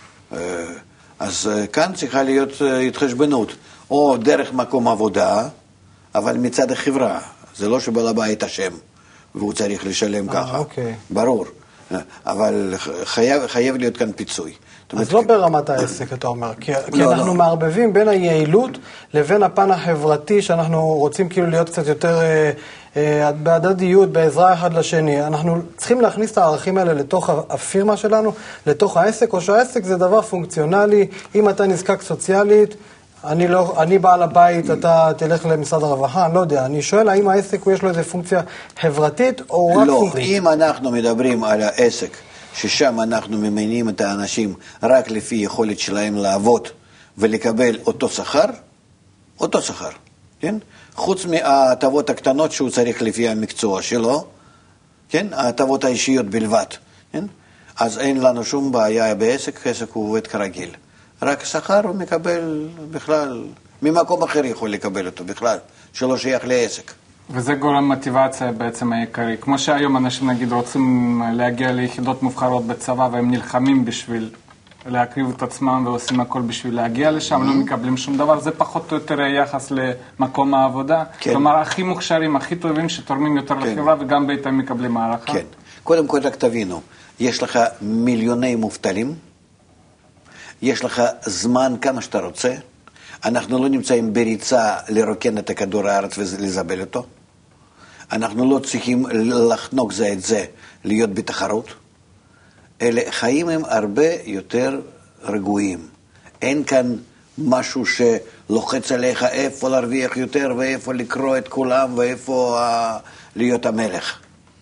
אז כאן צריכה להיות התחשבנות, או דרך מקום עבודה, אבל מצד החברה. זה לא שבעל הבית אשם, והוא צריך לשלם ככה. אוקיי. ברור. אבל חייב להיות כאן פיצוי. אז לא ברמת העסק, אתה אומר, כי אנחנו מערבבים בין היעילות לבין הפן החברתי, שאנחנו רוצים כאילו להיות קצת יותר בהדדיות, בעזרה אחד לשני. אנחנו צריכים להכניס את הערכים האלה לתוך הפירמה שלנו, לתוך העסק, או שהעסק זה דבר פונקציונלי, אם אתה נזקק סוציאלית, אני בעל הבית, אתה תלך למשרד הרווחה, אני לא יודע. אני שואל, האם העסק יש לו איזו פונקציה חברתית או רק פונקציונית? לא, אם אנחנו מדברים על העסק, ששם אנחנו ממנים את האנשים רק לפי יכולת שלהם לעבוד ולקבל אותו שכר, כן? חוץ מההטבות הקטנות שהוא צריך לפי המקצוע שלו, כן? ההטבות האישיות בלבד, כן? אז אין לנו שום בעיה בעסק, העסק הוא עובד כרגיל. רק שכר הוא מקבל בכלל, ממקום אחר יכול לקבל אותו בכלל, שלא שייך לעסק. וזה גורם מוטיבציה בעצם העיקרי. כמו שהיום אנשים נגיד רוצים להגיע ליחידות מובחרות בצבא והם נלחמים בשביל להקריב את עצמם ועושים הכל בשביל להגיע לשם, לא מקבלים שום דבר, זה פחות או יותר היחס למקום העבודה. כן. כלומר, הכי מוכשרים, הכי טובים שתורמים יותר לחברה וגם בהתאם מקבלים הערכה. כן. קודם כל רק תבינו, יש לך מיליוני מובטלים, יש לך זמן כמה שאתה רוצה, אנחנו לא נמצאים בריצה לרוקן את הכדור הארץ ולזבל אותו. אנחנו לא צריכים לחנוק זה את זה, להיות בתחרות. אלה חיים הם הרבה יותר רגועים. אין כאן משהו שלוחץ עליך איפה להרוויח יותר ואיפה לקרוא את כולם ואיפה להיות המלך.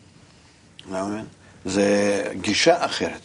זה גישה אחרת.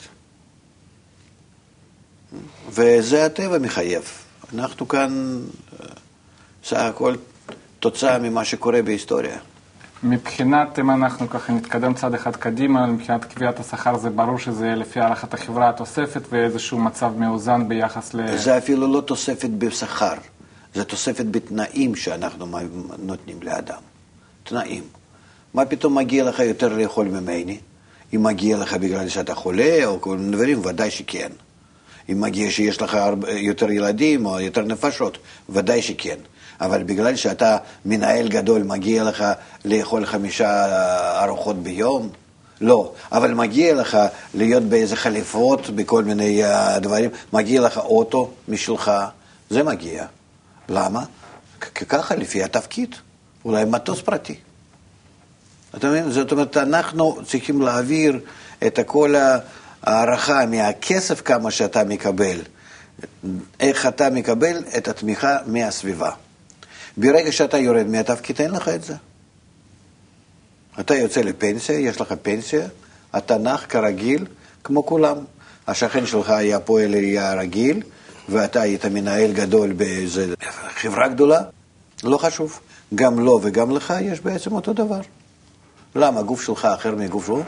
וזה הטבע מחייב. אנחנו כאן סך הכל תוצאה ממה שקורה בהיסטוריה. מבחינת, אם אנחנו ככה נתקדם צד אחד קדימה, מבחינת קביעת השכר זה ברור שזה לפי הערכת החברה התוספת ואיזשהו מצב מאוזן ביחס זה אפילו לא תוספת בשכר, זה תוספת בתנאים שאנחנו נותנים לאדם. תנאים. מה פתאום מגיע לך יותר לאכול ממני? אם מגיע לך בגלל שאתה חולה או כל מיני דברים, ודאי שכן. אם מגיע שיש לך יותר ילדים או יותר נפשות, ודאי שכן. אבל בגלל שאתה מנהל גדול, מגיע לך לאכול 5 ארוחות ביום? לא. אבל מגיע לך להיות באיזה חליפות, בכל מיני דברים, מגיע לך אוטו משלך, זה מגיע. למה? ככה לפי התפקיד. אולי מטוס פרטי. אתה מבין? זאת אומרת, אנחנו צריכים להעביר את כל הערכה מהכסף כמה שאתה מקבל, איך אתה מקבל את התמיכה מהסביבה. ברגע שאתה יורד מהתפקיד, אין לך את זה. אתה יוצא לפנסיה, יש לך פנסיה, אתה נח כרגיל, כמו כולם. השכן שלך היה פועל עירייה רגיל, ואתה היית מנהל גדול באיזו חברה גדולה, לא חשוב. גם לו וגם לך יש בעצם אותו דבר. למה? הגוף שלך אחר מגוף שלו?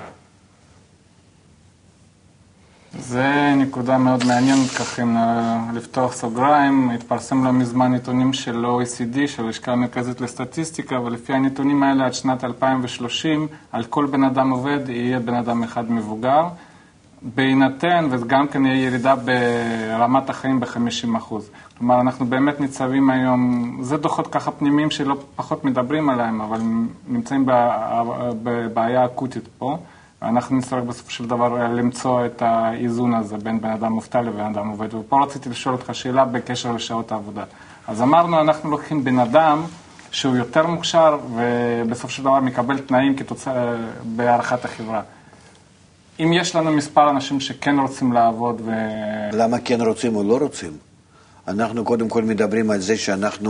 זה נקודה מאוד מעניינת, ככה לפתוח סוגריים. התפרסם לא מזמן נתונים של OECD, של לשכה המרכזית לסטטיסטיקה, ולפי הנתונים האלה עד שנת 2030, על כל בן אדם עובד יהיה בן אדם אחד מבוגר, בהינתן, וגם כן יהיה ירידה ברמת החיים ב-50%. כלומר, אנחנו באמת ניצבים היום, זה דוחות ככה פנימיים שלא פחות מדברים עליהם, אבל נמצאים בבעיה אקוטית פה. אנחנו נצטרך בסופו של דבר למצוא את האיזון הזה בין בן אדם מובטל לבן אדם עובד. ופה רציתי לשאול אותך שאלה בקשר לשעות העבודה. אז אמרנו, אנחנו לוקחים בן אדם שהוא יותר מוכשר, ובסופו של דבר מקבל תנאים כתוצאה בהערכת החברה. אם יש לנו מספר אנשים שכן רוצים לעבוד למה כן רוצים או לא רוצים? אנחנו קודם כל מדברים על זה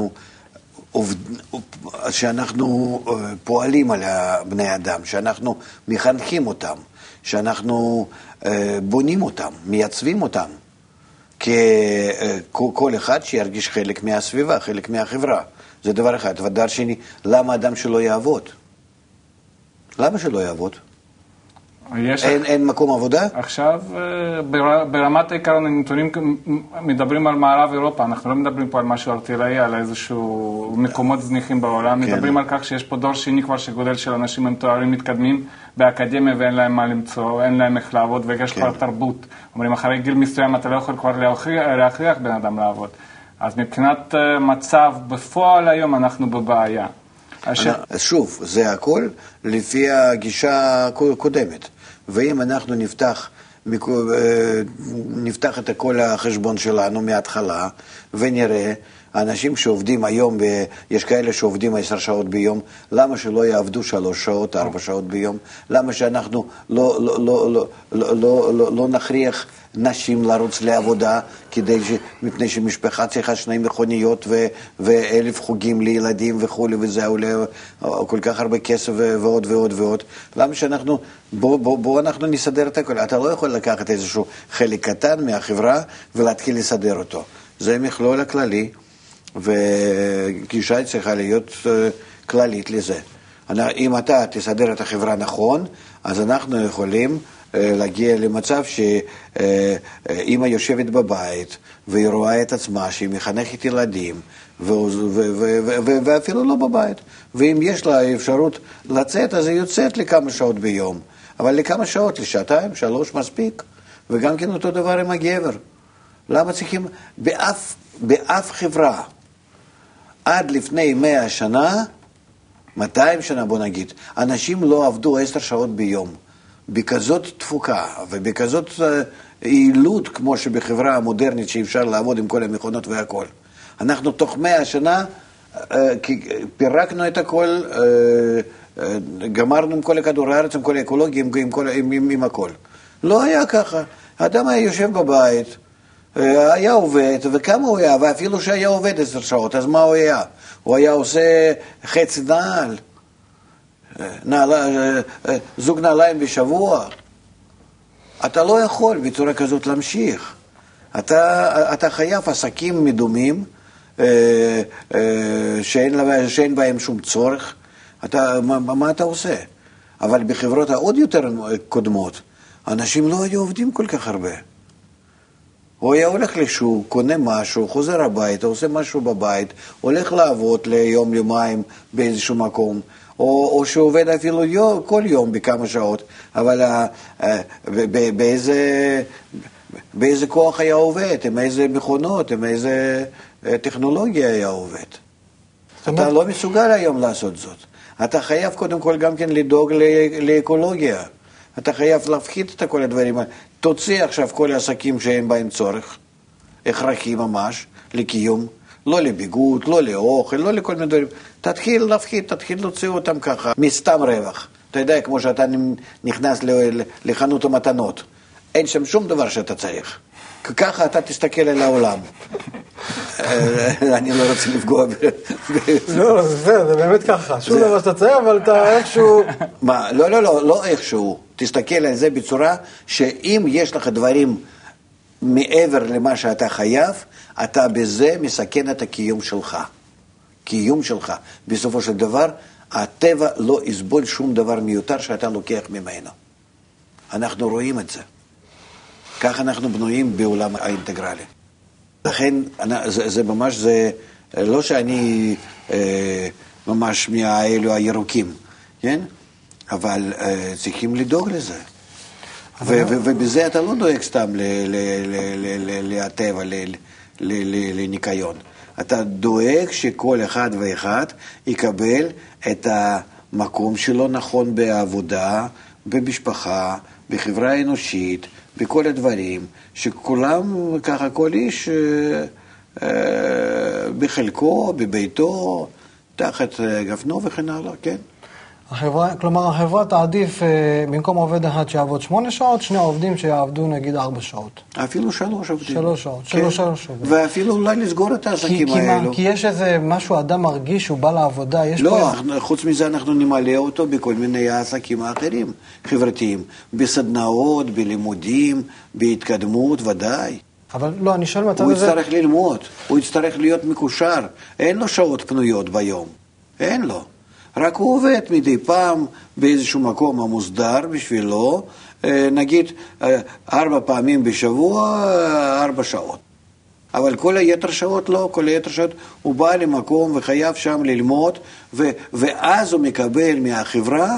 שאנחנו פועלים על בני אדם, שאנחנו מחנכים אותם, שאנחנו בונים אותם, מייצבים אותם, כל אחד שירגיש חלק מהסביבה, חלק מהחברה. זה דבר אחד. ודבר שני, למה אדם שלא יעבוד? למה שלא יעבוד? אין מקום עבודה? עכשיו, ברמת העיקרון הנתונים מדברים על מערב אירופה, אנחנו לא מדברים פה על משהו ארטילאי, על איזשהו מקומות זניחים בעולם, מדברים על כך שיש פה דור שני כבר שגודל של אנשים עם תוארים מתקדמים באקדמיה ואין להם מה למצוא, אין להם איך לעבוד ויש כבר תרבות. אומרים, אחרי גיל מסוים אתה לא יכול כבר להכריח בן אדם לעבוד. אז מבחינת מצב בפועל היום אנחנו בבעיה. שוב, זה הכל לפי הגישה הקודמת. ואם אנחנו נפתח את כל החשבון שלנו מההתחלה, ונראה, אנשים שעובדים היום, יש כאלה שעובדים 10 שעות ביום, למה שלא יעבדו 3 שעות, 4 שעות ביום? למה שאנחנו לא נכריח נשים לרוץ לעבודה, מפני שמשפחה צריכה 2 מכוניות ו1,000 חוגים לילדים וכו', וזה עולה כל כך הרבה כסף ועוד ועוד ועוד. למה שאנחנו, בוא אנחנו נסדר את הכל. אתה לא יכול לקחת איזשהו חלק קטן מהחברה ולהתחיל לסדר אותו. זה מכלול הכללי, וגישה צריכה להיות כללית לזה. אם אתה תסדר את החברה נכון, אז אנחנו יכולים להגיע למצב שאמא יושבת בבית והיא רואה את עצמה שהיא מחנכת ילדים ואפילו לא בבית, ואם יש לה אפשרות לצאת אז היא יוצאת לכמה שעות ביום, אבל לכמה שעות, לשעתיים, 3 מספיק. וגם כן אותו דבר עם הגבר. למה צריכים באף חברה עד לפני 100 שנה, 200 שנה בוא נגיד, אנשים לא עבדו 10 שעות ביום בכזאת תפוקה ובכזאת יעילות כמו שבחברה המודרנית שאפשר לעבוד עם כל המכונות והכל. אנחנו תוך 100 שנה פירקנו את הכל, גמרנו עם כל הכדור הארץ, עם כל האקולוגיה, עם הכל. לא היה ככה. האדם היה יושב בבית, היה עובד, וכמה הוא היה, ואפילו שהיה עובד 10 שעות, אז מה הוא היה? הוא היה עושה חצי זוג נעליים בשבוע. אתה לא יכול בצורה כזאת להמשיך. אתה חייב עסקים מדומים, שאין בהם שום צורך. מה אתה עושה? אבל בחברות העוד יותר קודמות, אנשים לא היו עובדים כל כך הרבה. הוא היה הולך לשוק, קונה משהו, חוזר הביתה, עושה משהו בבית, הולך לעבוד ליום, יומיים באיזשהו מקום, או שעובד אפילו כל יום בכמה שעות, אבל באיזה כוח היה עובד, עם איזה מכונות, עם איזה טכנולוגיה היה עובד. אתה לא מסוגל היום לעשות זאת. אתה חייב קודם כל גם כן לדאוג לאקולוגיה. אתה חייב להפחית את כל הדברים. תוציא עכשיו כל העסקים שאין בהם צורך, הכרחי ממש, לקיום, לא לביגוד, לא לאוכל, לא לכל מיני דברים. תתחיל להפחית, תתחיל להוציא אותם ככה, מסתם רווח. אתה יודע, כמו שאתה נכנס לחנות המתנות, אין שם שום דבר שאתה צריך. ככה אתה תסתכל על העולם. אני לא רוצה לפגוע לא, זה באמת ככה. שום דבר שאתה צריך, אבל אתה איכשהו... לא איכשהו. תסתכל על זה בצורה שאם יש לך דברים מעבר למה שאתה חייב, אתה בזה מסכן את הקיום שלך. קיום שלך. בסופו של דבר, הטבע לא יסבול שום דבר מיותר שאתה לוקח ממנו. אנחנו רואים את זה. כך אנחנו בנויים בעולם האינטגרלי. לכן, זה ממש, זה לא שאני ממש מהאלו הירוקים, כן? אבל צריכים לדאוג לזה. ובזה אתה לא דואג סתם לטבע, לניקיון. אתה דואג שכל אחד ואחד יקבל את המקום שלו נכון בעבודה, במשפחה, בחברה האנושית, בכל הדברים, שכולם ככה, כל איש בחלקו, בביתו, תחת גפנו וכן הלאה, כן? כלומר, החברה תעדיף במקום עובד אחד שיעבוד 8 שעות, 2 עובדים שיעבדו נגיד 4 שעות. אפילו 3 עובדים. 3 שעות, כן. 3 עובדים. ואפילו אולי לסגור את העסקים האלו. כי יש איזה משהו, אדם מרגיש שהוא בא לעבודה, יש לא, חוץ מזה אנחנו נמלא אותו בכל מיני עסקים האחרים, חברתיים, בסדנאות, בלימודים, בהתקדמות, ודאי. אבל לא, אני שואל מצב הוא הזה... יצטרך ללמוד, הוא יצטרך להיות מקושר, אין לו שעות פנויות ביום, אין לו. רק הוא עובד מדי פעם באיזשהו מקום המוסדר בשבילו, נגיד 4 פעמים בשבוע, 4 שעות. אבל כל היתר שעות לא, כל היתר שעות הוא בא למקום וחייב שם ללמוד, ואז הוא מקבל מהחברה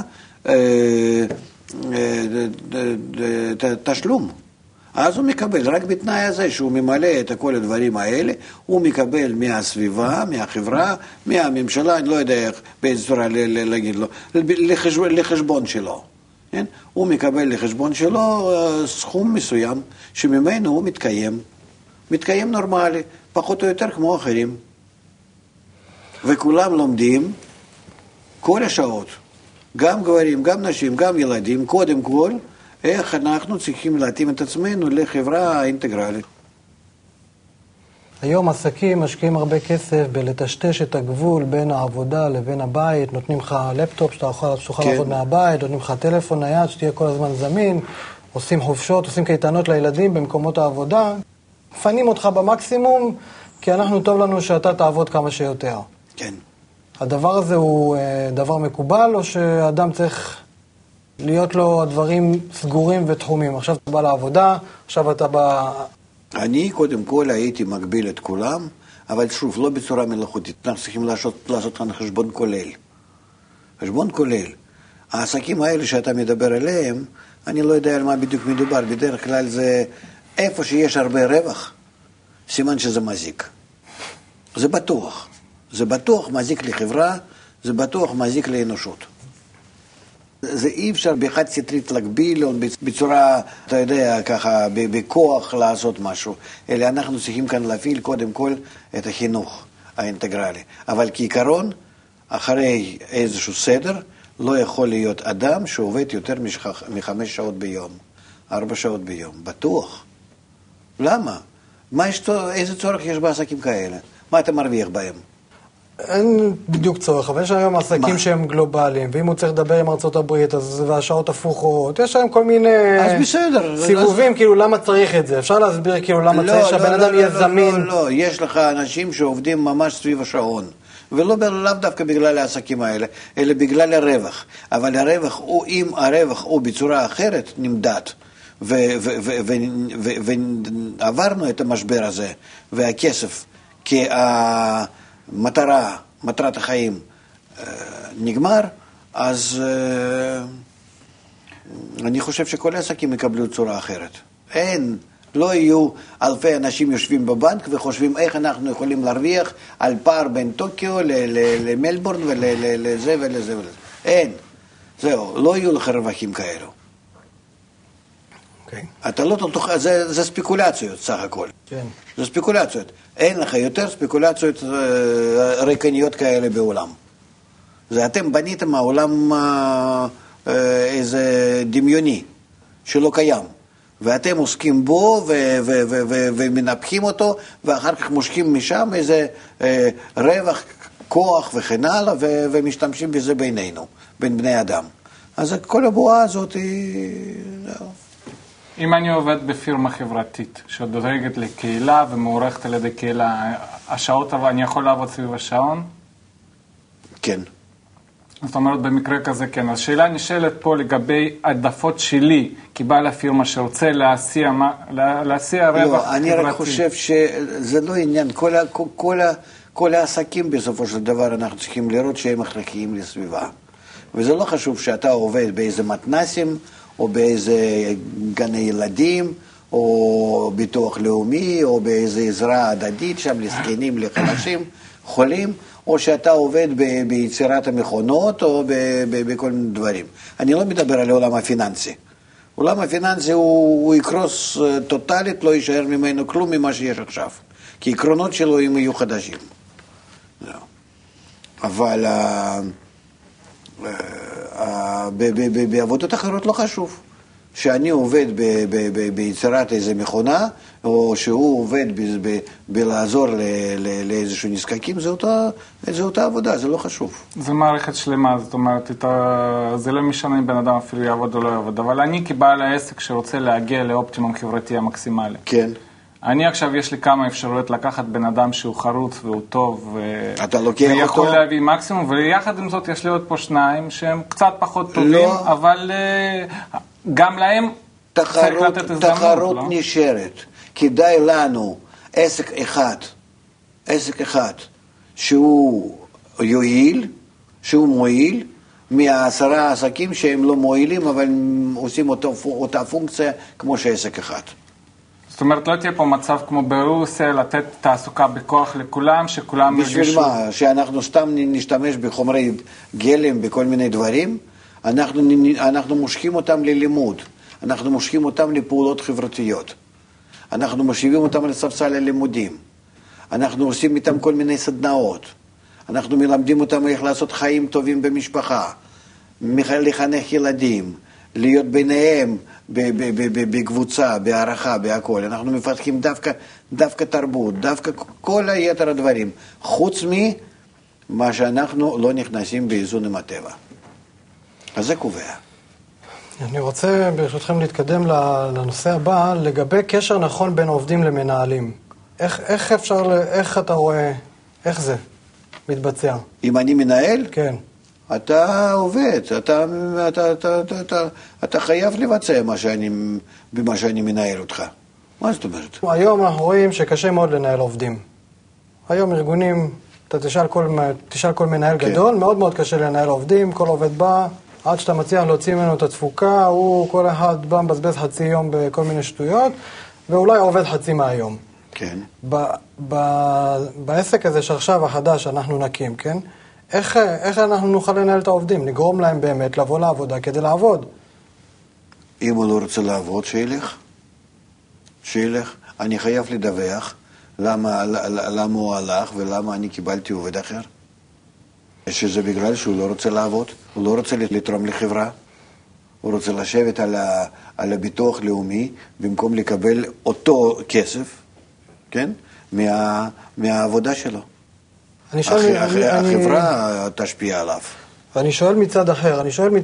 תשלום. אז הוא מקבל, רק בתנאי הזה שהוא ממלא את כל הדברים האלה, הוא מקבל מהסביבה, מהחברה, מהממשלה, אני לא יודע איך, באיזה צורה להגיד לו, לחשבון שלו. כן? הוא מקבל לחשבון שלו סכום מסוים, שממנו הוא מתקיים נורמלי, פחות או יותר כמו אחרים. וכולם לומדים כל השעות, גם גברים, גם נשים, גם ילדים, קודם כל, איך אנחנו צריכים להתאים את עצמנו לחברה האינטגרלית. היום עסקים משקיעים הרבה כסף בלטשטש את הגבול בין העבודה לבין הבית, נותנים לך לפטופ שאתה תוכל לעבוד מהבית, נותנים לך טלפון נייד שתהיה כל הזמן זמין, עושים חופשות, עושים קייטנות לילדים במקומות העבודה, מפנים אותך במקסימום, כי אנחנו טוב לנו שאתה תעבוד כמה שיותר. כן. הדבר הזה הוא דבר מקובל, או שאדם צריך להיות לו הדברים סגורים ותחומים? עכשיו אתה בא לעבודה, עכשיו אתה בא... אני קודם כל הייתי מגביל את כולם, אבל שוב, לא בצורה מלאכותית. אנחנו צריכים לעשות כאן חשבון כולל. חשבון כולל. העסקים האלה שאתה מדבר עליהם, אני לא יודע על מה בדיוק מדובר. בדרך כלל זה איפה שיש הרבה רווח, סימן שזה מזיק. זה בטוח. זה בטוח מזיק לחברה, זה בטוח מזיק לאנושות. זה אי אפשר באחד סטרית להגביל, או בצורה, אתה יודע, ככה, בכוח לעשות משהו. אלא אנחנו צריכים כאן להפעיל קודם כל את החינוך. האינטגרלי. אבל כעיקרון, אחרי איזשהו סדר, לא יכול להיות אדם שעובד יותר מ5 שעות ביום, 4 שעות ביום, בטוח. למה? איזה צורך יש בעסקים כאלה? מה אתה מרוויח בהם? אין בדיוק צורך, אבל יש היום עסקים שהם גלובליים, ואם הוא צריך לדבר עם ארצות הברית, והשעות הפוכות, יש היום כל מיני סיבובים, כאילו למה צריך את זה? אפשר להסביר כאילו למה צריך שהבן אדם יהיה זמין? לא, יש לך אנשים שעובדים ממש סביב השעון, ולא דווקא בגלל העסקים האלה, אלא בגלל הרווח. אבל הרווח הוא, אם הרווח הוא בצורה אחרת, נמדד. ועברנו את המשבר הזה, והכסף מטרת החיים נגמר, אז אני חושב שכל העסקים יקבלו צורה אחרת. לא יהיו אלפי אנשים יושבים בבנק וחושבים איך אנחנו יכולים להרוויח על פער בין טוקיו למלבורן ולזה ולזה ולזה. זהו, לא יהיו לך רווחים כאלו. אתה לא תוכל, זה ספקולציות סך הכל. כן. זה ספקולציות. אין לך יותר ספקולציות ריקניות כאלה בעולם. זה אתם בניתם העולם איזה דמיוני שלא קיים. ואתם עוסקים בו ומנפחים אותו, ואחר כך מושכים משם איזה רווח, כוח וכן הלאה, ומשתמשים בזה בינינו, בין בני אדם. אז כל הבועה הזאת היא... אם אני עובד בפירמה חברתית, שדואגת לקהילה ומעורכת על ידי קהילה, השעות, אני יכול לעבוד סביב השעון? כן. זאת אומרת, במקרה כזה כן. אז שאלה נשאלת פה לגבי העדפות שלי, כבעל הפירמה שרוצה להסיע רווח חברתי. לא, אני רק חושב שזה לא עניין. כל העסקים בסופו של דבר אנחנו צריכים לראות שהם הכרחיים לסביבה. וזה לא חשוב שאתה עובד באיזה מתנסים, או באיזה גני ילדים, או ביטוח לאומי, או באיזה עזרה הדדית שם לסגנים, לחלשים, חולים, או שאתה עובד ביצירת המכונות, או בכל מיני דברים. אני לא מדבר על העולם הפיננסי. העולם הפיננסי הוא יקרוס טוטלית, לא יישאר ממנו כלום ממה שיש עכשיו. כי עקרונות שלו הם יהיו חדשים. אבל... בעבודות אחרות לא חשוב. שאני עובד ביצירת איזו מכונה, או שהוא עובד בלעזור לאיזשהו נזקקים, זה אותה עבודה, זה לא חשוב. זה מערכת שלמה, זאת אומרת, זה לא משנה אם בן אדם אפילו יעבוד או לא יעבוד, אבל אני כבעל העסק שרוצה להגיע לאופטימום חברתי המקסימלי. כן. אני עכשיו יש לי כמה אפשרויות לקחת בן אדם שהוא חרוץ והוא טוב, אתה לוקח אותו? ויכול להביא מקסימום, ויחד עם זאת יש לי עוד פה שניים שהם קצת פחות טובים, לא. אבל גם להם צריך לתת הזדמנות. תחרות לא? נשארת. כדאי לנו עסק אחד שהוא יועיל, שהוא מועיל, מ10 עסקים שהם לא מועילים, אבל עושים אותה פונקציה כמו שעסק אחד. זאת אומרת, לא תהיה פה מצב כמו ברוסיה, לתת תעסוקה בכוח לכולם, שכולם ירגישו... בשביל מה? שאנחנו סתם נשתמש בחומרי גלם, בכל מיני דברים, אנחנו מושכים אותם ללימוד, אנחנו מושכים אותם לפעולות חברתיות, אנחנו מושיבים אותם לספסל הלימודים, אנחנו עושים איתם כל מיני סדנאות, אנחנו מלמדים אותם איך לעשות חיים טובים במשפחה, לחנך ילדים, להיות ביניהם בקבוצה, בהערכה, בהכל. אנחנו מפתחים דווקא תרבות, דווקא כל היתר הדברים, חוץ ממה שאנחנו לא נכנסים באיזון עם הטבע. אז זה קובע. אני רוצה ברשותכם להתקדם לנושא הבא, לגבי קשר נכון בין עובדים למנהלים. איך אתה רואה, איך זה מתבצע? אם אני מנהל? כן. אתה עובד, אתה חייב לבצע במה שאני מנהל אותך. מה זאת אומרת? היום אנחנו רואים שקשה מאוד לנהל עובדים. היום ארגונים, אתה תשאל כל מנהל גדול, מאוד מאוד קשה לנהל עובדים, כל עובד בא, עד שאתה מצליח להוציא ממנו את התפוקה, הוא כל אחד בא מבזבז חצי יום בכל מיני שטויות, ואולי עובד חצי מהיום. כן. בעסק הזה שעכשיו החדש אנחנו נקים, כן? איך אנחנו נוכל לנהל את העובדים? נגרום להם באמת לבוא לעבודה כדי לעבוד. אם הוא לא רוצה לעבוד, שילך. אני חייב לדווח, למה הוא הלך ולמה אני קיבלתי עובד אחר? שזה בגלל שהוא לא רוצה לעבוד, הוא לא רוצה לתרום לחברה, הוא רוצה לשבת על הביטוח לאומי במקום לקבל אותו כסף, כן? מהעבודה שלו. החברה תשפיע עליו. ואני שואל מצד אחר, אני שואל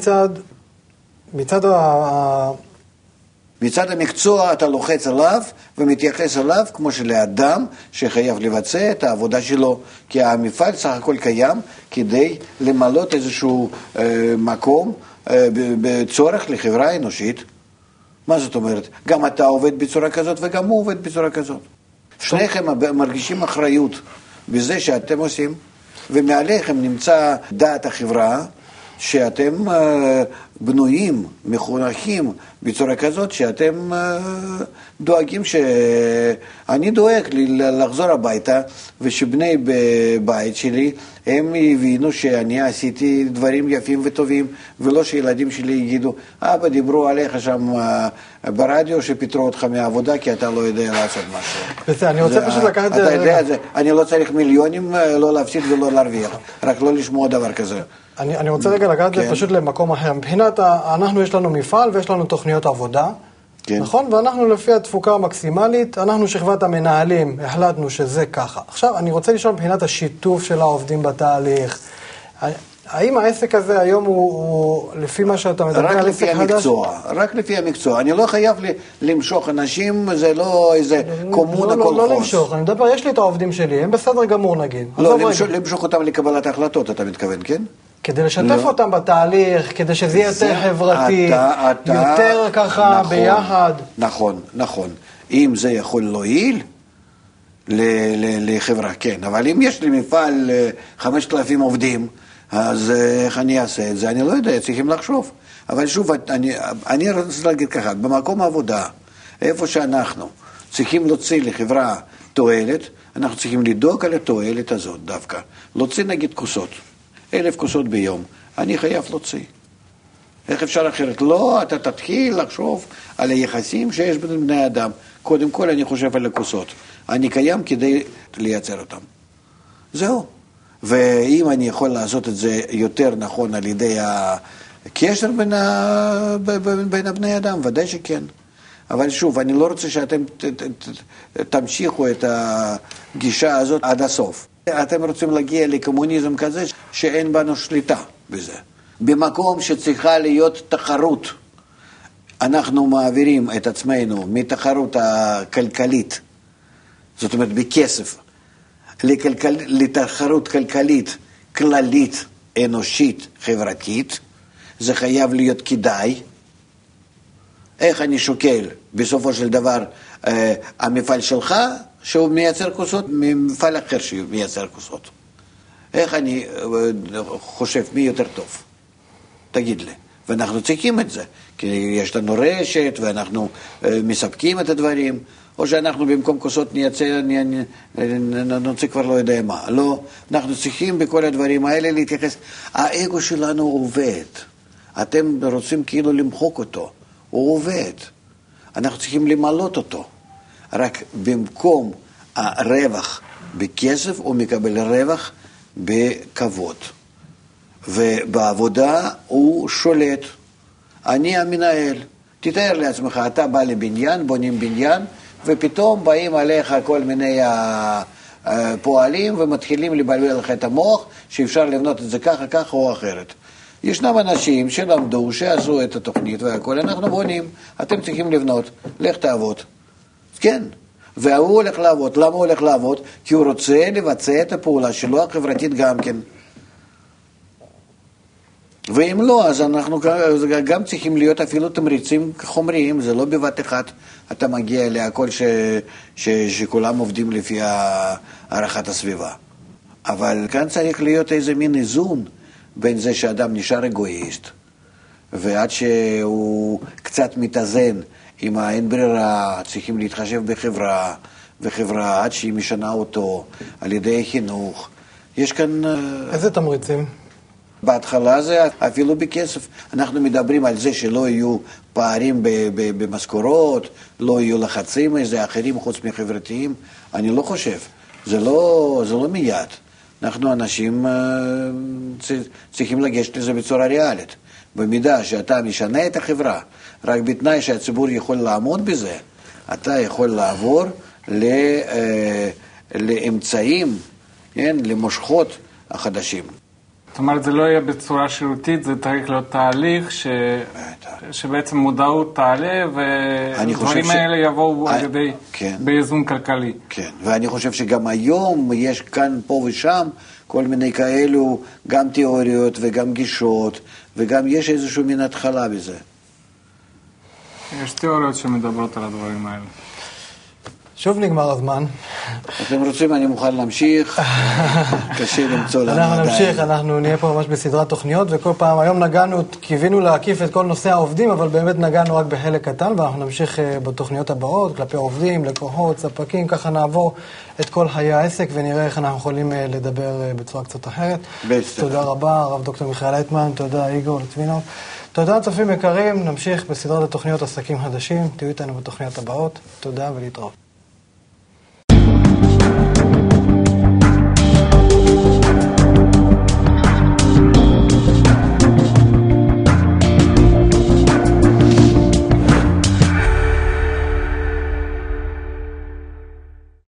מצד המקצוע אתה לוחץ עליו ומתייחס אליו כמו שלאדם שחייב לבצע את העבודה שלו, כי המפעל סך הכל קיים כדי למלות איזשהו מקום בצורך לחברה אנושית. מה זאת אומרת? גם אתה עובד בצורה כזאת וגם הוא עובד בצורה כזאת. שניכם מרגישים אחריות בזה שאתם עושים, ומעליכם נמצא דעת החברה שאתם בנויים, מחונכים בצורה כזאת שאתם דואגים אני דואג לחזור הביתה ושבני בית שלי הם הבינו שאני עשיתי דברים יפים וטובים, ולא שילדים שלי יגידו, אבא דיברו עליך שם ברדיו שפיטרו אותך מהעבודה כי אתה לא יודע לעשות משהו. בסדר, אני רוצה פשוט לקחת את זה. אתה יודע את זה, אני לא צריך מיליונים לא להפסיד ולא להרוויח, רק לא לשמוע דבר כזה. אני רוצה רגע לקחת את זה פשוט למקום אחר. מבחינת, אנחנו יש לנו מפעל ויש לנו תוכניות עבודה, נכון? ואנחנו לפי התפוקה המקסימלית, אנחנו שכבת המנהלים, החלטנו שזה ככה. עכשיו, אני רוצה לשאול מבחינת השיתוף של העובדים בתהליך. האם העסק הזה היום הוא לפי מה שאתה מדבר על עסק חדש? רק לפי המקצוע. אני לא חייב למשוך אנשים, זה לא איזה קומונה כל חוץ. לא למשוך, אני מדבר, יש לי את העובדים שלי, הם בסדר גמור נגיד. לא, למשוך אותם לקבלת ההחלטות, אתה מתכוון, כן? כדי לשתף אותם בתהליך, כדי שזה יהיה יותר חברתי, יותר ככה ביחד. נכון. אם זה יכול להועיל לחברה, כן. אבל אם יש לי מפעל 5,000 עובדים, אז איך אני אעשה את זה? אני לא יודע, צריכים לחשוב. אבל שוב, אני רוצה להגיד ככה, במקום העבודה, איפה שאנחנו צריכים להוציא לחברה תועלת, אנחנו צריכים לדאוג על התועלת הזאת דווקא. להוציא נגיד כוסות. 1,000 כוסות ביום, אני חייב להוציא. איך אפשר אחרת? לא, אתה תתחיל לחשוב על היחסים שיש בין בני אדם. קודם כל אני חושב על הכוסות. אני קיים כדי לייצר אותם. זהו. ואם אני יכול לעשות את זה יותר נכון על ידי הקשר בין בני אדם, ודאי שכן. אבל שוב, אני לא רוצה שאתם תמשיכו את הגישה הזאת עד הסוף. אתם רוצים להגיע לקומוניזם כזה שאין בנו שליטה בזה. במקום שצריכה להיות תחרות, אנחנו מעבירים את עצמנו מתחרות הכלכלית, זאת אומרת בכסף, לתחרות כלכלית, כללית, אנושית, חברתית. זה חייב להיות כדאי. איך אני שוקל בסופו של דבר המפעל שלך שהוא מייצר כוסות ממפעל אחר שמייצר כוסות? איך אני חושב מי יותר טוב? תגיד לי. ואנחנו צריכים את זה, כי יש לנו רשת ואנחנו מספקים את הדברים, או שאנחנו במקום כוסות נוציא כבר לא יודע מה. לא, אנחנו צריכים בכל הדברים האלה להתייחס. האגו שלנו עובד. אתם רוצים כאילו למחוק אותו. הוא עובד. אנחנו צריכים למלות אותו. רק במקום הרווח בכסף, הוא מקבל רווח בכבוד. ובעבודה הוא שולט. אני המנהל. תתאר לעצמך, אתה בא לבניין, בונים בניין, ופתאום באים עליך כל מיני פועלים ומתחילים לבלבל לך את המוח, שאפשר לבנות את זה ככה, ככה או אחרת. ישנם אנשים שלמדו, שעשו את התוכנית והכל, אנחנו בונים, אתם צריכים לבנות, לך תעבוד. כן, והוא הולך לעבוד. למה הוא הולך לעבוד? כי הוא רוצה לבצע את הפעולה שלו החברתית גם כן. ואם לא, אז אנחנו גם צריכים להיות אפילו תמריצים חומריים, זה לא בבת אחת אתה מגיע להכל שכולם עובדים לפי הערכת הסביבה. אבל כאן צריך להיות איזה מין איזון בין זה שאדם נשאר אגואיסט, ועד שהוא קצת מתאזן עם האין ברירה, צריכים להתחשב בחברה עד שהיא משנה אותו על ידי חינוך. יש כאן... איזה תמריצים? בהתחלה זה אפילו בכסף. אנחנו מדברים על זה שלא יהיו פערים במשכורות, לא יהיו לחצים איזה אחרים חוץ מחברתיים. אני לא חושב. זה לא מיד. אנחנו אנשים צריכים לגשת לזה בצורה ריאלית. במידה שאתה משנה את החברה, רק בתנאי שהציבור יכול לעמוד בזה, אתה יכול לעבור לאמצעים, כן, למושכות החדשים. זאת אומרת, זה לא יהיה בצורה שירותית, זה צריך להיות תהליך שבעצם מודעות תעלה, והדברים האלה יבואו על ידי באיזון כלכלי. כן, ואני חושב שגם היום יש כאן פה ושם כל מיני כאלו, גם תיאוריות וגם גישות, וגם יש איזשהו מין התחלה בזה. יש תיאוריות שמדברות על הדברים האלה. שוב נגמר הזמן. אתם רוצים, אני מוכן להמשיך. קשה למצוא לנו עדיין. אנחנו נמשיך, אנחנו נהיה פה ממש בסדרת תוכניות, וכל פעם, היום קיווינו להקיף את כל נושא העובדים, אבל באמת נגענו רק בחלק קטן, ואנחנו נמשיך בתוכניות הבאות, כלפי עובדים, לקוחות, ספקים, ככה נעבור את כל חיי העסק, ונראה איך אנחנו יכולים לדבר בצורה קצת אחרת. תודה רבה, הרב דוקטור מיכאל לייטמן, תודה איגור לטבינוב. תודה צופים יקרים, נמשיך בסדרת התוכניות עסקים חדשים, תהיו איתנו בתוכניות הבאות, תודה ולהתראות.